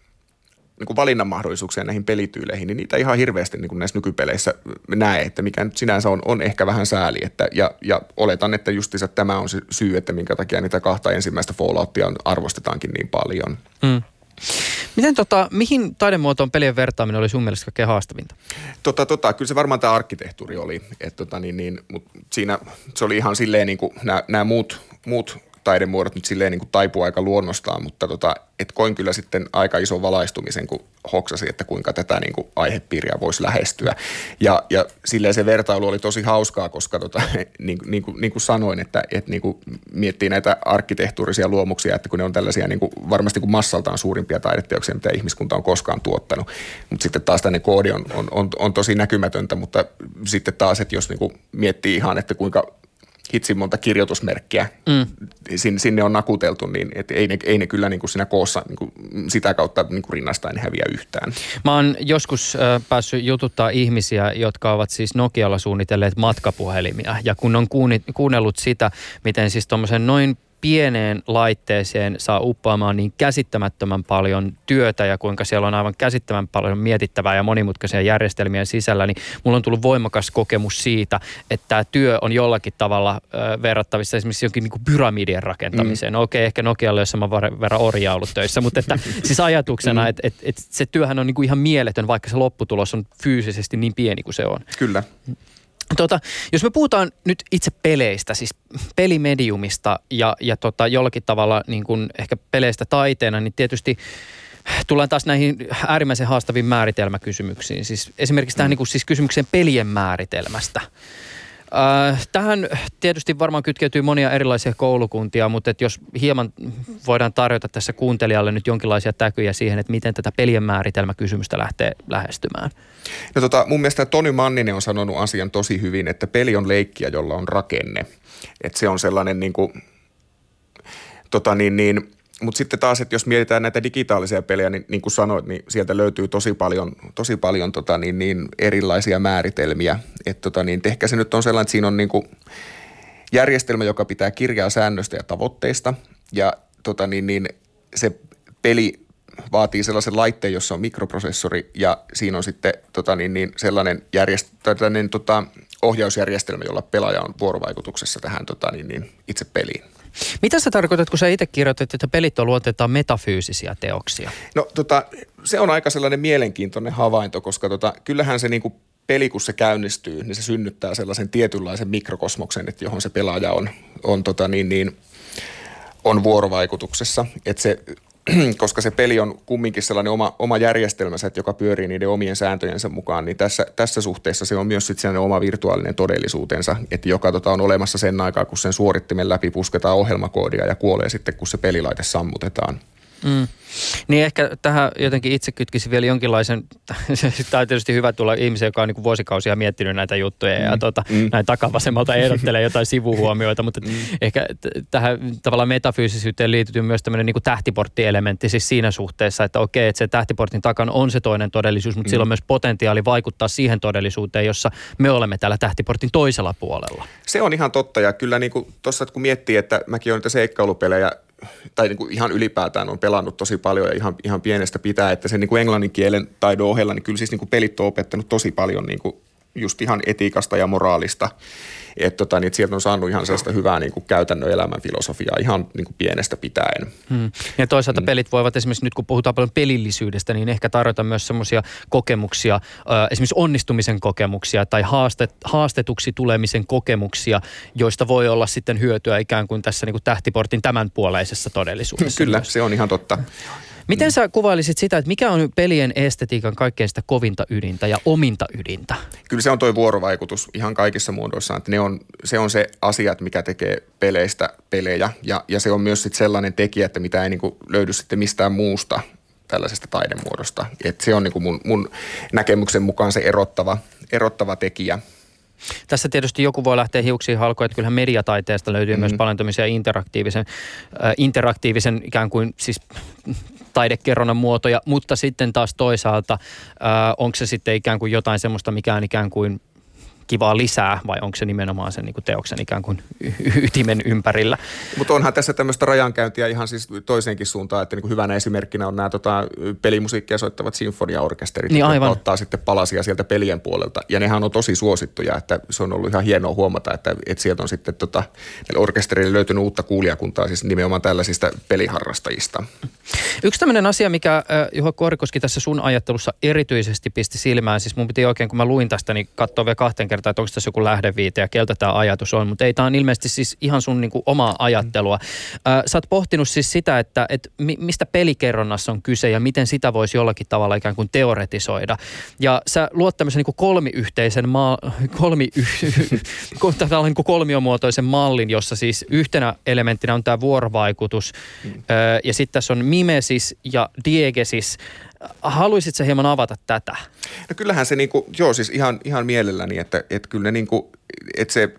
valinnan mahdollisuuksia näihin pelityyleihin, niin niitä ihan hirveästi näissä nykypeleissä näe, että mikä nyt sinänsä on ehkä vähän sääli. Ja oletan, että justiinsa tämä on se syy, että minkä takia niitä 2 ensimmäistä Falloutia arvostetaankin niin paljon. Miten mihin taidemuotoon pelien vertaaminen oli sun mielestä kaikkein haastavinta? Kyllä se varmaan tämä arkkitehtuuri oli, että mutta siinä se oli ihan silleen niin kuin nämä muut taidemuodot nyt silleen niin kuin taipuu aika luonnostaan, mutta et koin kyllä sitten aika ison valaistumisen, kun hoksasi, että kuinka tätä niin kuin aihepiiriä voisi lähestyä. Ja silleen se vertailu oli tosi hauskaa, koska niin kuin sanoin, että niin kuin miettii näitä arkkitehtuurisia luomuksia, että kun ne on tällaisia niin kuin varmasti kuin massaltaan suurimpia taideteoksia, mitä ihmiskunta on koskaan tuottanut. Mutta sitten taas tänne koodi on tosi näkymätöntä, mutta sitten taas, että jos niin kuin miettii ihan, että kuinka hitsin monta kirjoitusmerkkiä sinne on nakuteltu, niin et ei ne kyllä niin kuin siinä koossa niin kuin sitä kautta niin kuin rinnastain häviä yhtään. Mä oon joskus päässyt jututtaa ihmisiä, jotka ovat siis Nokialla suunnitelleet matkapuhelimia, ja kun on kuunnellut sitä, miten siis tuommoisen noin pieneen laitteeseen saa uppoamaan niin käsittämättömän paljon työtä ja kuinka siellä on aivan käsittämän paljon mietittävää ja monimutkaisia järjestelmiä sisällä, niin mulla on tullut voimakas kokemus siitä, että tämä työ on jollakin tavalla verrattavissa esimerkiksi jonkin niin kuin pyramidien rakentamiseen. No okei, ehkä Nokialla on saman verran orjaa ollut töissä, mutta että siis ajatuksena, että se työhän on niin kuin ihan mieletön, vaikka se lopputulos on fyysisesti niin pieni kuin se on. Kyllä. Jos me puhutaan nyt itse peleistä, siis pelimediumista ja jollakin tavalla niin kuin ehkä peleistä taiteena, niin tietysti tullaan taas näihin äärimmäisen haastaviin määritelmäkysymyksiin. Siis esimerkiksi tähän niin kuin, siis kysymykseen pelien määritelmästä. Tähän tietysti varmaan kytkeytyy monia erilaisia koulukuntia, mutta että jos hieman voidaan tarjota tässä kuuntelijalle nyt jonkinlaisia täkyjä siihen, että miten tätä pelien määritelmäkysymystä lähtee lähestymään. No mun mielestä Tony Manninen on sanonut asian tosi hyvin, että peli on leikkiä, jolla on rakenne. Että se on sellainen mutta sitten taas, että jos mietitään näitä digitaalisia pelejä, niin kuin sanoit, niin sieltä löytyy tosi paljon erilaisia määritelmiä. Että ehkä se nyt on sellainen, että siinä on järjestelmä, joka pitää kirjaa säännöstä ja tavoitteista. Ja se peli vaatii sellaisen laitteen, jossa on mikroprosessori ja siinä on sitten sellainen ohjausjärjestelmä, jolla pelaaja on vuorovaikutuksessa tähän itse peliin. Mitä sä tarkoitat, kun sä itse kirjoitat, että pelit on luonteeltaan metafyysisiä teoksia? No se on aika sellainen mielenkiintoinen havainto, koska kyllähän se peli, kun se käynnistyy, niin se synnyttää sellaisen tietynlaisen mikrokosmoksen, että johon se pelaaja on vuorovaikutuksessa. Että se, koska se peli on kumminkin sellainen oma järjestelmänsä, joka pyörii niiden omien sääntöjensä mukaan, niin tässä suhteessa se on myös sitten sellainen oma virtuaalinen todellisuutensa, että joka on olemassa sen aikaa, kun sen suorittimen läpi pusketaan ohjelmakoodia ja kuolee sitten, kun se pelilaite sammutetaan. Niin ehkä tähän jotenkin itse kytkisin vielä jonkinlaisen, tämä on tietysti hyvä tulla ihmisiä, joka on niin vuosikausia miettinyt näitä juttuja ja näin takavasemmalta ehdottelee jotain sivuhuomioita, mutta ehkä tähän tavallaan metafyysisyyteen liittyy myös tämmöinen niin kuin tähtiporttielementti siis siinä suhteessa, että okei, että se tähtiportin takana on se toinen todellisuus, mutta sillä on myös potentiaali vaikuttaa siihen todellisuuteen, jossa me olemme täällä tähtiportin toisella puolella. Se on ihan totta ja kyllä niin kuin tuossa kun miettii, että mäkin olen niitä seikkailupelejä tai niin kuin ihan ylipäätään on pelannut tosi paljon ja ihan pienestä pitää, että sen niin kuin englannin kielen taidon ohella, niin kyllä siis niin kuin pelit on opettanut tosi paljon niin kuin just ihan etiikasta ja moraalista. Että sieltä on saanut ihan sellaista hyvää niin kuin käytännön elämän filosofiaa ihan niin kuin pienestä pitäen. Ja toisaalta pelit voivat esimerkiksi nyt kun puhutaan paljon pelillisyydestä, niin ehkä tarjota myös semmoisia kokemuksia, esimerkiksi onnistumisen kokemuksia tai haastetuksi tulemisen kokemuksia, joista voi olla sitten hyötyä ikään kuin tässä niin kuin tähtiportin tämänpuoleisessa todellisuudessa. Kyllä, se on ihan totta. Miten sä kuvailisit sitä, että mikä on pelien estetiikan kaikkein sitä kovinta ydintä ja ominta ydintä? Kyllä se on toi vuorovaikutus ihan kaikissa muodoissaan. Että se on se asia, mikä tekee peleistä pelejä ja se on myös sit sellainen tekijä, että mitä ei niinku löydy sitten mistään muusta tällaisesta taidemuodosta. Et se on niinku mun näkemyksen mukaan se erottava tekijä. Tässä tietysti joku voi lähteä hiuksiin halkoon, että kyllähän mediataiteesta löytyy myös paljon tämmöisiä interaktiivisen ikään kuin siis taidekerronnan muotoja, mutta sitten taas toisaalta onko se sitten ikään kuin jotain semmoista, mikä on ikään kuin kivaa lisää vai onko se nimenomaan sen niin kuin teoksen ikään kuin ytimen ympärillä? Mutta onhan tässä tämmöistä rajankäyntiä ihan siis toiseenkin suuntaan, että niin kuin hyvänä esimerkkinä on nämä pelimusiikkia soittavat sinfoniaorkesterit, niin jotka ottaa sitten palasia sieltä pelien puolelta. Ja nehän on tosi suosittuja, että se on ollut ihan hienoa huomata, että sieltä on sitten orkesterille löytynyt uutta kuulijakuntaa siis nimenomaan tällaisista peliharrastajista. Yksi tämmöinen asia, mikä Juha Kuorikoski tässä sun ajattelussa erityisesti pisti silmään, siis mun piti oikein, kun mä luin tästä, niin katsoa vielä 2 kertaa, että onko tässä joku lähdeviite ja keltä tämä ajatus on, mutta ei, tämä on ilmeisesti siis ihan sun niin kuin omaa ajattelua. Sä oot pohtinut siis sitä, että mistä pelikerronnassa on kyse ja miten sitä voisi jollakin tavalla ikään kuin teoretisoida. Ja sä luot tämmöisen niin kuin kolmiomuotoisen mallin, jossa siis yhtenä elementtinä on tämä vuorovaikutus ja sitten tässä on mimesis ja diegesis. Haluaisitko hieman avata tätä? No kyllähän se siis ihan mielelläni, että kyllä ne että se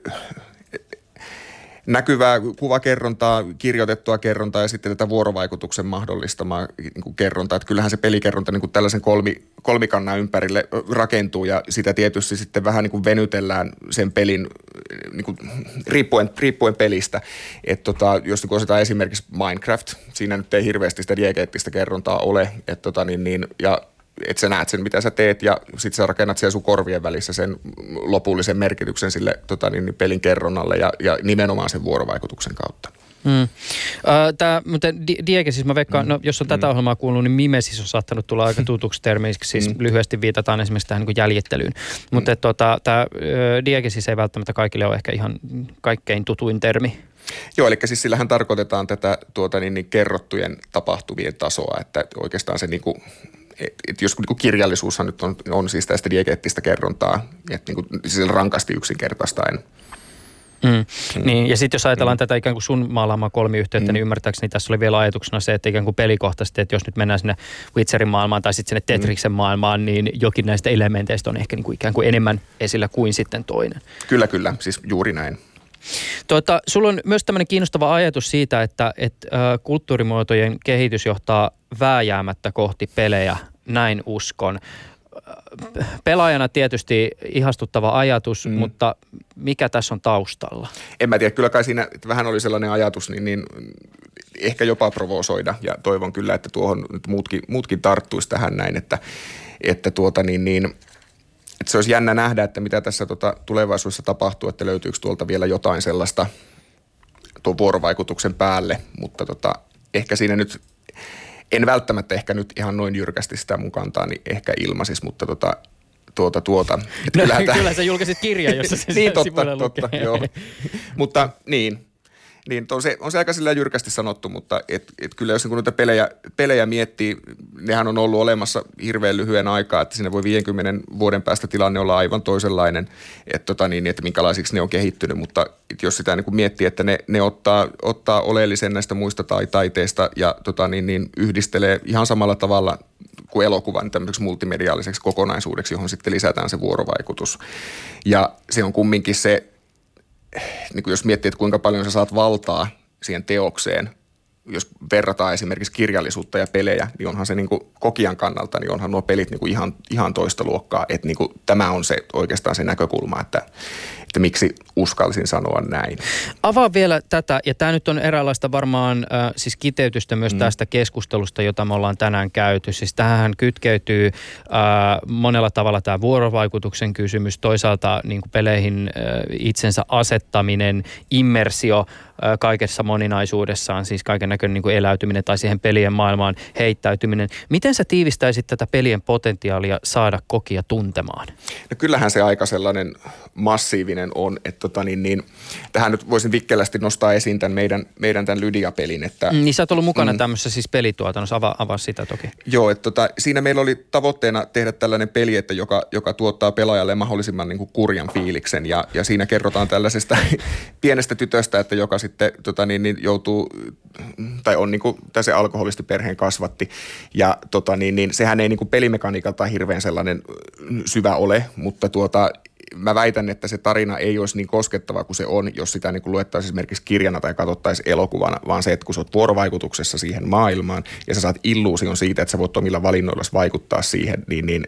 näkyvää kuvakerrontaa, kirjoitettua kerrontaa ja sitten tätä vuorovaikutuksen mahdollistamaa kerrontaa. Että kyllähän se pelikerronta tällaisen kolmikannan ympärille rakentuu ja sitä tietysti sitten vähän venytellään sen pelin riippuen pelistä. Että jos otetaan esimerkiksi Minecraft, siinä nyt ei hirveästi sitä diegeettistä kerrontaa ole, ja että sä näet sen, mitä sä teet, ja sit sä rakennat siellä sun korvien välissä sen lopullisen merkityksen sille pelin kerronnalle ja nimenomaan sen vuorovaikutuksen kautta. Tämä, mutta diegesis, mä veikkaan, jos on tätä ohjelmaa kuullut, niin mimesis on saattanut tulla aika tutuksi termiksi, siis lyhyesti viitataan esimerkiksi tähän niin kuin jäljittelyyn. Mutta tämä diegesis ei välttämättä kaikille ole ehkä ihan kaikkein tutuin termi. Joo, eli siis sillähän tarkoitetaan tätä kerrottujen tapahtumien tasoa, että oikeastaan se että jos kirjallisuushan nyt on siis tästä diegeettistä kerrontaa, että siis rankasti yksinkertaistaen. Niin, ja sitten jos ajatellaan tätä ikään kuin sun maalaamaa kolmiyhteyttä, niin ymmärtääkseni tässä oli vielä ajatuksena se, että ikään kuin pelikohtaisesti, että jos nyt mennään sinne Witcherin maailmaan tai sitten sinne Tetriksen maailmaan, niin jokin näistä elementeistä on ehkä ikään kuin enemmän esillä kuin sitten toinen. Kyllä, siis juuri näin. Sulla on myös tämmöinen kiinnostava ajatus siitä, että kulttuurimuotojen kehitys johtaa vääjäämättä kohti pelejä, näin uskon. Pelaajana tietysti ihastuttava ajatus, mutta mikä tässä on taustalla? En mä tiedä, kyllä kai siinä vähän oli sellainen ajatus, niin ehkä jopa provosoida ja toivon kyllä, että tuohon nyt muutkin tarttuisi tähän näin, että se olisi jännä nähdä, että mitä tässä tulevaisuudessa tapahtuu, että löytyykö tuolta vielä jotain sellaista tuon vuorovaikutuksen päälle, mutta ehkä siinä nyt, en välttämättä ehkä nyt ihan noin jyrkästi sitä mun kantaani ehkä ilmaisisi, mutta Kyllä sä julkaisit kirjan, jossa se niin, totta, joo. Mutta on se aika sillä jyrkästi sanottu, mutta kyllä jos noita pelejä miettii, nehän on ollut olemassa hirveän lyhyen aikaa, että siinä voi 50 vuoden päästä tilanne olla aivan toisenlainen, että minkälaisiksi ne on kehittynyt, mutta jos sitä miettii, että ne ottaa oleellisen näistä muista taiteista ja yhdistelee ihan samalla tavalla kuin elokuvan tämmöiseksi multimediaaliseksi kokonaisuudeksi, johon sitten lisätään se vuorovaikutus. Ja se on kumminkin se, jos miettii, että kuinka paljon sä saat valtaa siihen teokseen, jos verrataan esimerkiksi kirjallisuutta ja pelejä, niin onhan se kokijan kannalta, niin onhan nuo pelit ihan toista luokkaa. Että tämä on se oikeastaan se näkökulma, että että miksi uskallisin sanoa näin. Avaa vielä tätä, ja tämä nyt on eräänlaista varmaan siis kiteytystä myös tästä keskustelusta, jota me ollaan tänään käyty. Siis tähän kytkeytyy monella tavalla tämä vuorovaikutuksen kysymys, toisaalta niin kuin peleihin itsensä asettaminen, immersio kaikessa moninaisuudessaan, siis kaiken näköinen niin kuin eläytyminen tai siihen pelien maailmaan heittäytyminen. Miten sä tiivistäisit tätä pelien potentiaalia saada kokija tuntemaan? No kyllähän se aika sellainen massiivinen on, että tähän nyt voisin vikkelästi nostaa esiin tämän meidän tämän Lydia-pelin. Että, niin sä oot ollut mukana tämmöisessä siis pelituotannossa, avaa sitä toki. Joo, että siinä meillä oli tavoitteena tehdä tällainen peli, että joka tuottaa pelaajalle mahdollisimman niin kuin kurjan fiiliksen ja siinä kerrotaan tällaisesta pienestä tytöstä, että joka sitten joutuu tai on niin kuin se alkoholistiperheen kasvatti ja sehän ei niin kuin pelimekaniikalta hirveän sellainen syvä ole, mutta mä väitän, että se tarina ei olisi niin koskettava kuin se on, jos sitä niin kuin luettaisiin esimerkiksi kirjana tai katsottaisiin elokuvana, vaan se, että kun sä oot vuorovaikutuksessa siihen maailmaan ja sä saat illuusion siitä, että sä voit omilla valinnoillasi vaikuttaa siihen, niin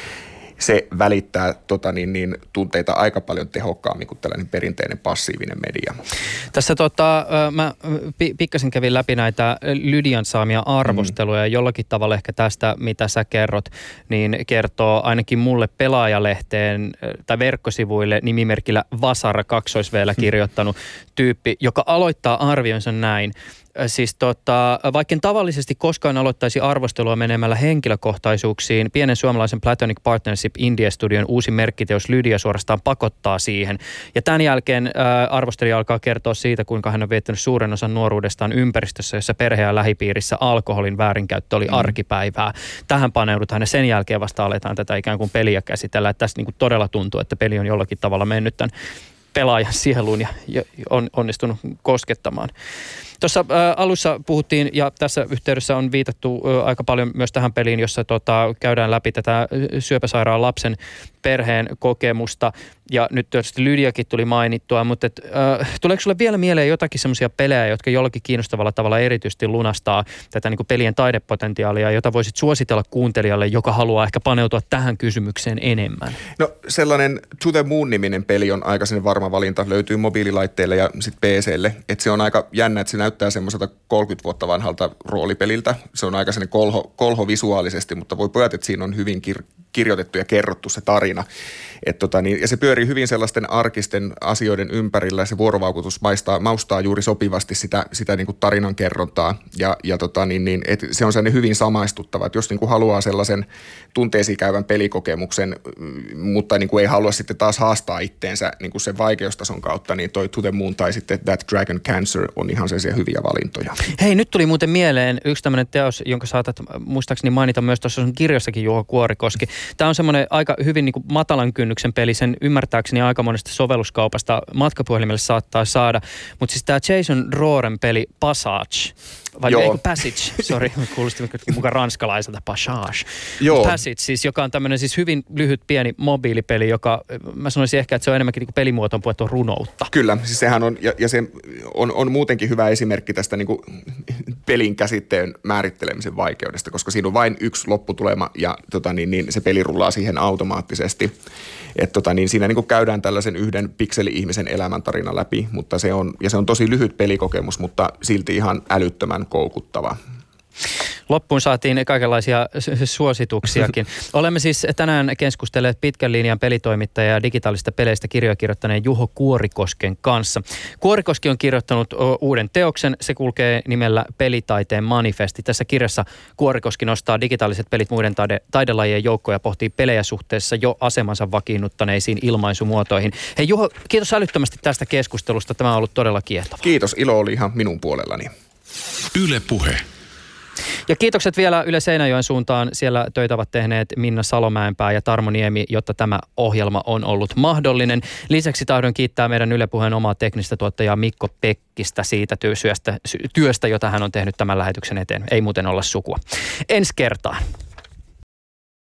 se välittää tunteita aika paljon tehokkaammin kuin tällainen perinteinen passiivinen media. Tässä mä pikkasen kävin läpi näitä Lydian saamia arvosteluja ja jollakin tavalla ehkä tästä, mitä sä kerrot, niin kertoo ainakin mulle Pelaajalehteen tai verkkosivuille nimimerkillä Vasara ‑llä kirjoittanut tyyppi, joka aloittaa arvionsa näin. Siis vaikka en tavallisesti koskaan aloittaisi arvostelua menemällä henkilökohtaisuuksiin, pienen suomalaisen Platonic Partnership India-studion uusi merkkiteos Lydia suorastaan pakottaa siihen. Ja tämän jälkeen arvostelija alkaa kertoa siitä, kuinka hän on viettänyt suuren osan nuoruudestaan ympäristössä, jossa perhe- ja lähipiirissä alkoholin väärinkäyttö oli arkipäivää. Tähän paneudutaan ja sen jälkeen vasta aletaan tätä ikään kuin peliä käsitellä. Että tässä niin kuin todella tuntuu, että peli on jollakin tavalla mennyt tämän pelaajan sieluun ja on onnistunut koskettamaan. Tuossa alussa puhuttiin, ja tässä yhteydessä on viitattu aika paljon myös tähän peliin, jossa käydään läpi tätä syöpäsairaan lapsen perheen kokemusta. Ja nyt tietysti Lydiakin tuli mainittua, mutta tuleeko sulle vielä mieleen jotakin semmoisia pelejä, jotka jollakin kiinnostavalla tavalla erityisesti lunastaa tätä niin kuin pelien taidepotentiaalia, jota voisit suositella kuuntelijalle, joka haluaa ehkä paneutua tähän kysymykseen enemmän? No sellainen To the Moon-niminen peli on aika sen varma valinta, löytyy mobiililaitteille ja sitten PC:lle. Että se on aika jännä, että se näyttää semmoiselta 30 vuotta vanhalta roolipeliltä. Se on aika sellainen kolho visuaalisesti, mutta voi pojat, että siinä on hyvin kirjoitettu ja kerrottu se tarina. Ja se pyörii hyvin sellaisten arkisten asioiden ympärillä ja se vuorovaikutus maustaa juuri sopivasti sitä niin kuin tarinan kerrontaa. Et se on sellainen hyvin samaistuttava, että jos niin kuin haluaa sellaisen tunteisiin käyvän pelikokemuksen, mutta niin kuin ei halua sitten taas haastaa itteensä niin kuin sen vaikeustason kautta, niin toi To the Moon tai sitten That Dragon Cancer on ihan sellaisia hyviä valintoja. Hei, nyt tuli muuten mieleen yksi tämmöinen teos, jonka saatat muistaakseni mainita myös tuossa sun kirjassakin, Juho Kuorikoski. Tämä on semmoinen aika hyvin niin kuin matalan kynnyksen peli, sen ymmärtääkseni aika monesta sovelluskaupasta matkapuhelimelle saattaa saada, mutta siis tämä Jason Rohren peli Passage, vai eikö Passage, sori, kuulosti mukaan ranskalaiselta, Passage. Passage siis, joka on tämmöinen siis hyvin lyhyt pieni mobiilipeli, joka mä sanoisin ehkä, että se on enemmänkin niin kuin pelimuotoon puettua runoutta. Kyllä, siis sehän on, ja se on muutenkin hyvä esimerkki tästä niin kuin pelin käsitteen määrittelemisen vaikeudesta, koska siinä on vain yksi lopputulema ja se peli rullaa siihen automaattisesti. Siinä niin kuin käydään tällaisen yhden pikseli-ihmisen elämäntarina läpi, mutta se on tosi lyhyt pelikokemus, mutta silti ihan älyttömän koukuttava. Loppuun saatiin kaikenlaisia suosituksiakin. Olemme siis tänään keskustelleet pitkän linjan pelitoimittaja ja digitaalisista peleistä kirjoja kirjoittaneen Juho Kuorikosken kanssa. Kuorikoski on kirjoittanut uuden teoksen. Se kulkee nimellä Pelitaiteen manifesti. Tässä kirjassa Kuorikoski nostaa digitaaliset pelit muiden taidelajien joukkoon ja pohtii pelejä suhteessa jo asemansa vakiinnuttaneisiin ilmaisumuotoihin. Hei Juho, kiitos älyttömästi tästä keskustelusta. Tämä on ollut todella kiehtova. Kiitos, ilo oli ihan minun puolellani. Yle Puhe. Ja kiitokset vielä Yle Seinäjoen suuntaan. Siellä töitä ovat tehneet Minna Salomäenpää ja Tarmo Niemi, jotta tämä ohjelma on ollut mahdollinen. Lisäksi tahdon kiittää meidän Yle Puheen omaa teknistä tuottajaa Mikko Pekkistä siitä työstä, jota hän on tehnyt tämän lähetyksen eteen. Ei muuten olla sukua. Ensi kertaan.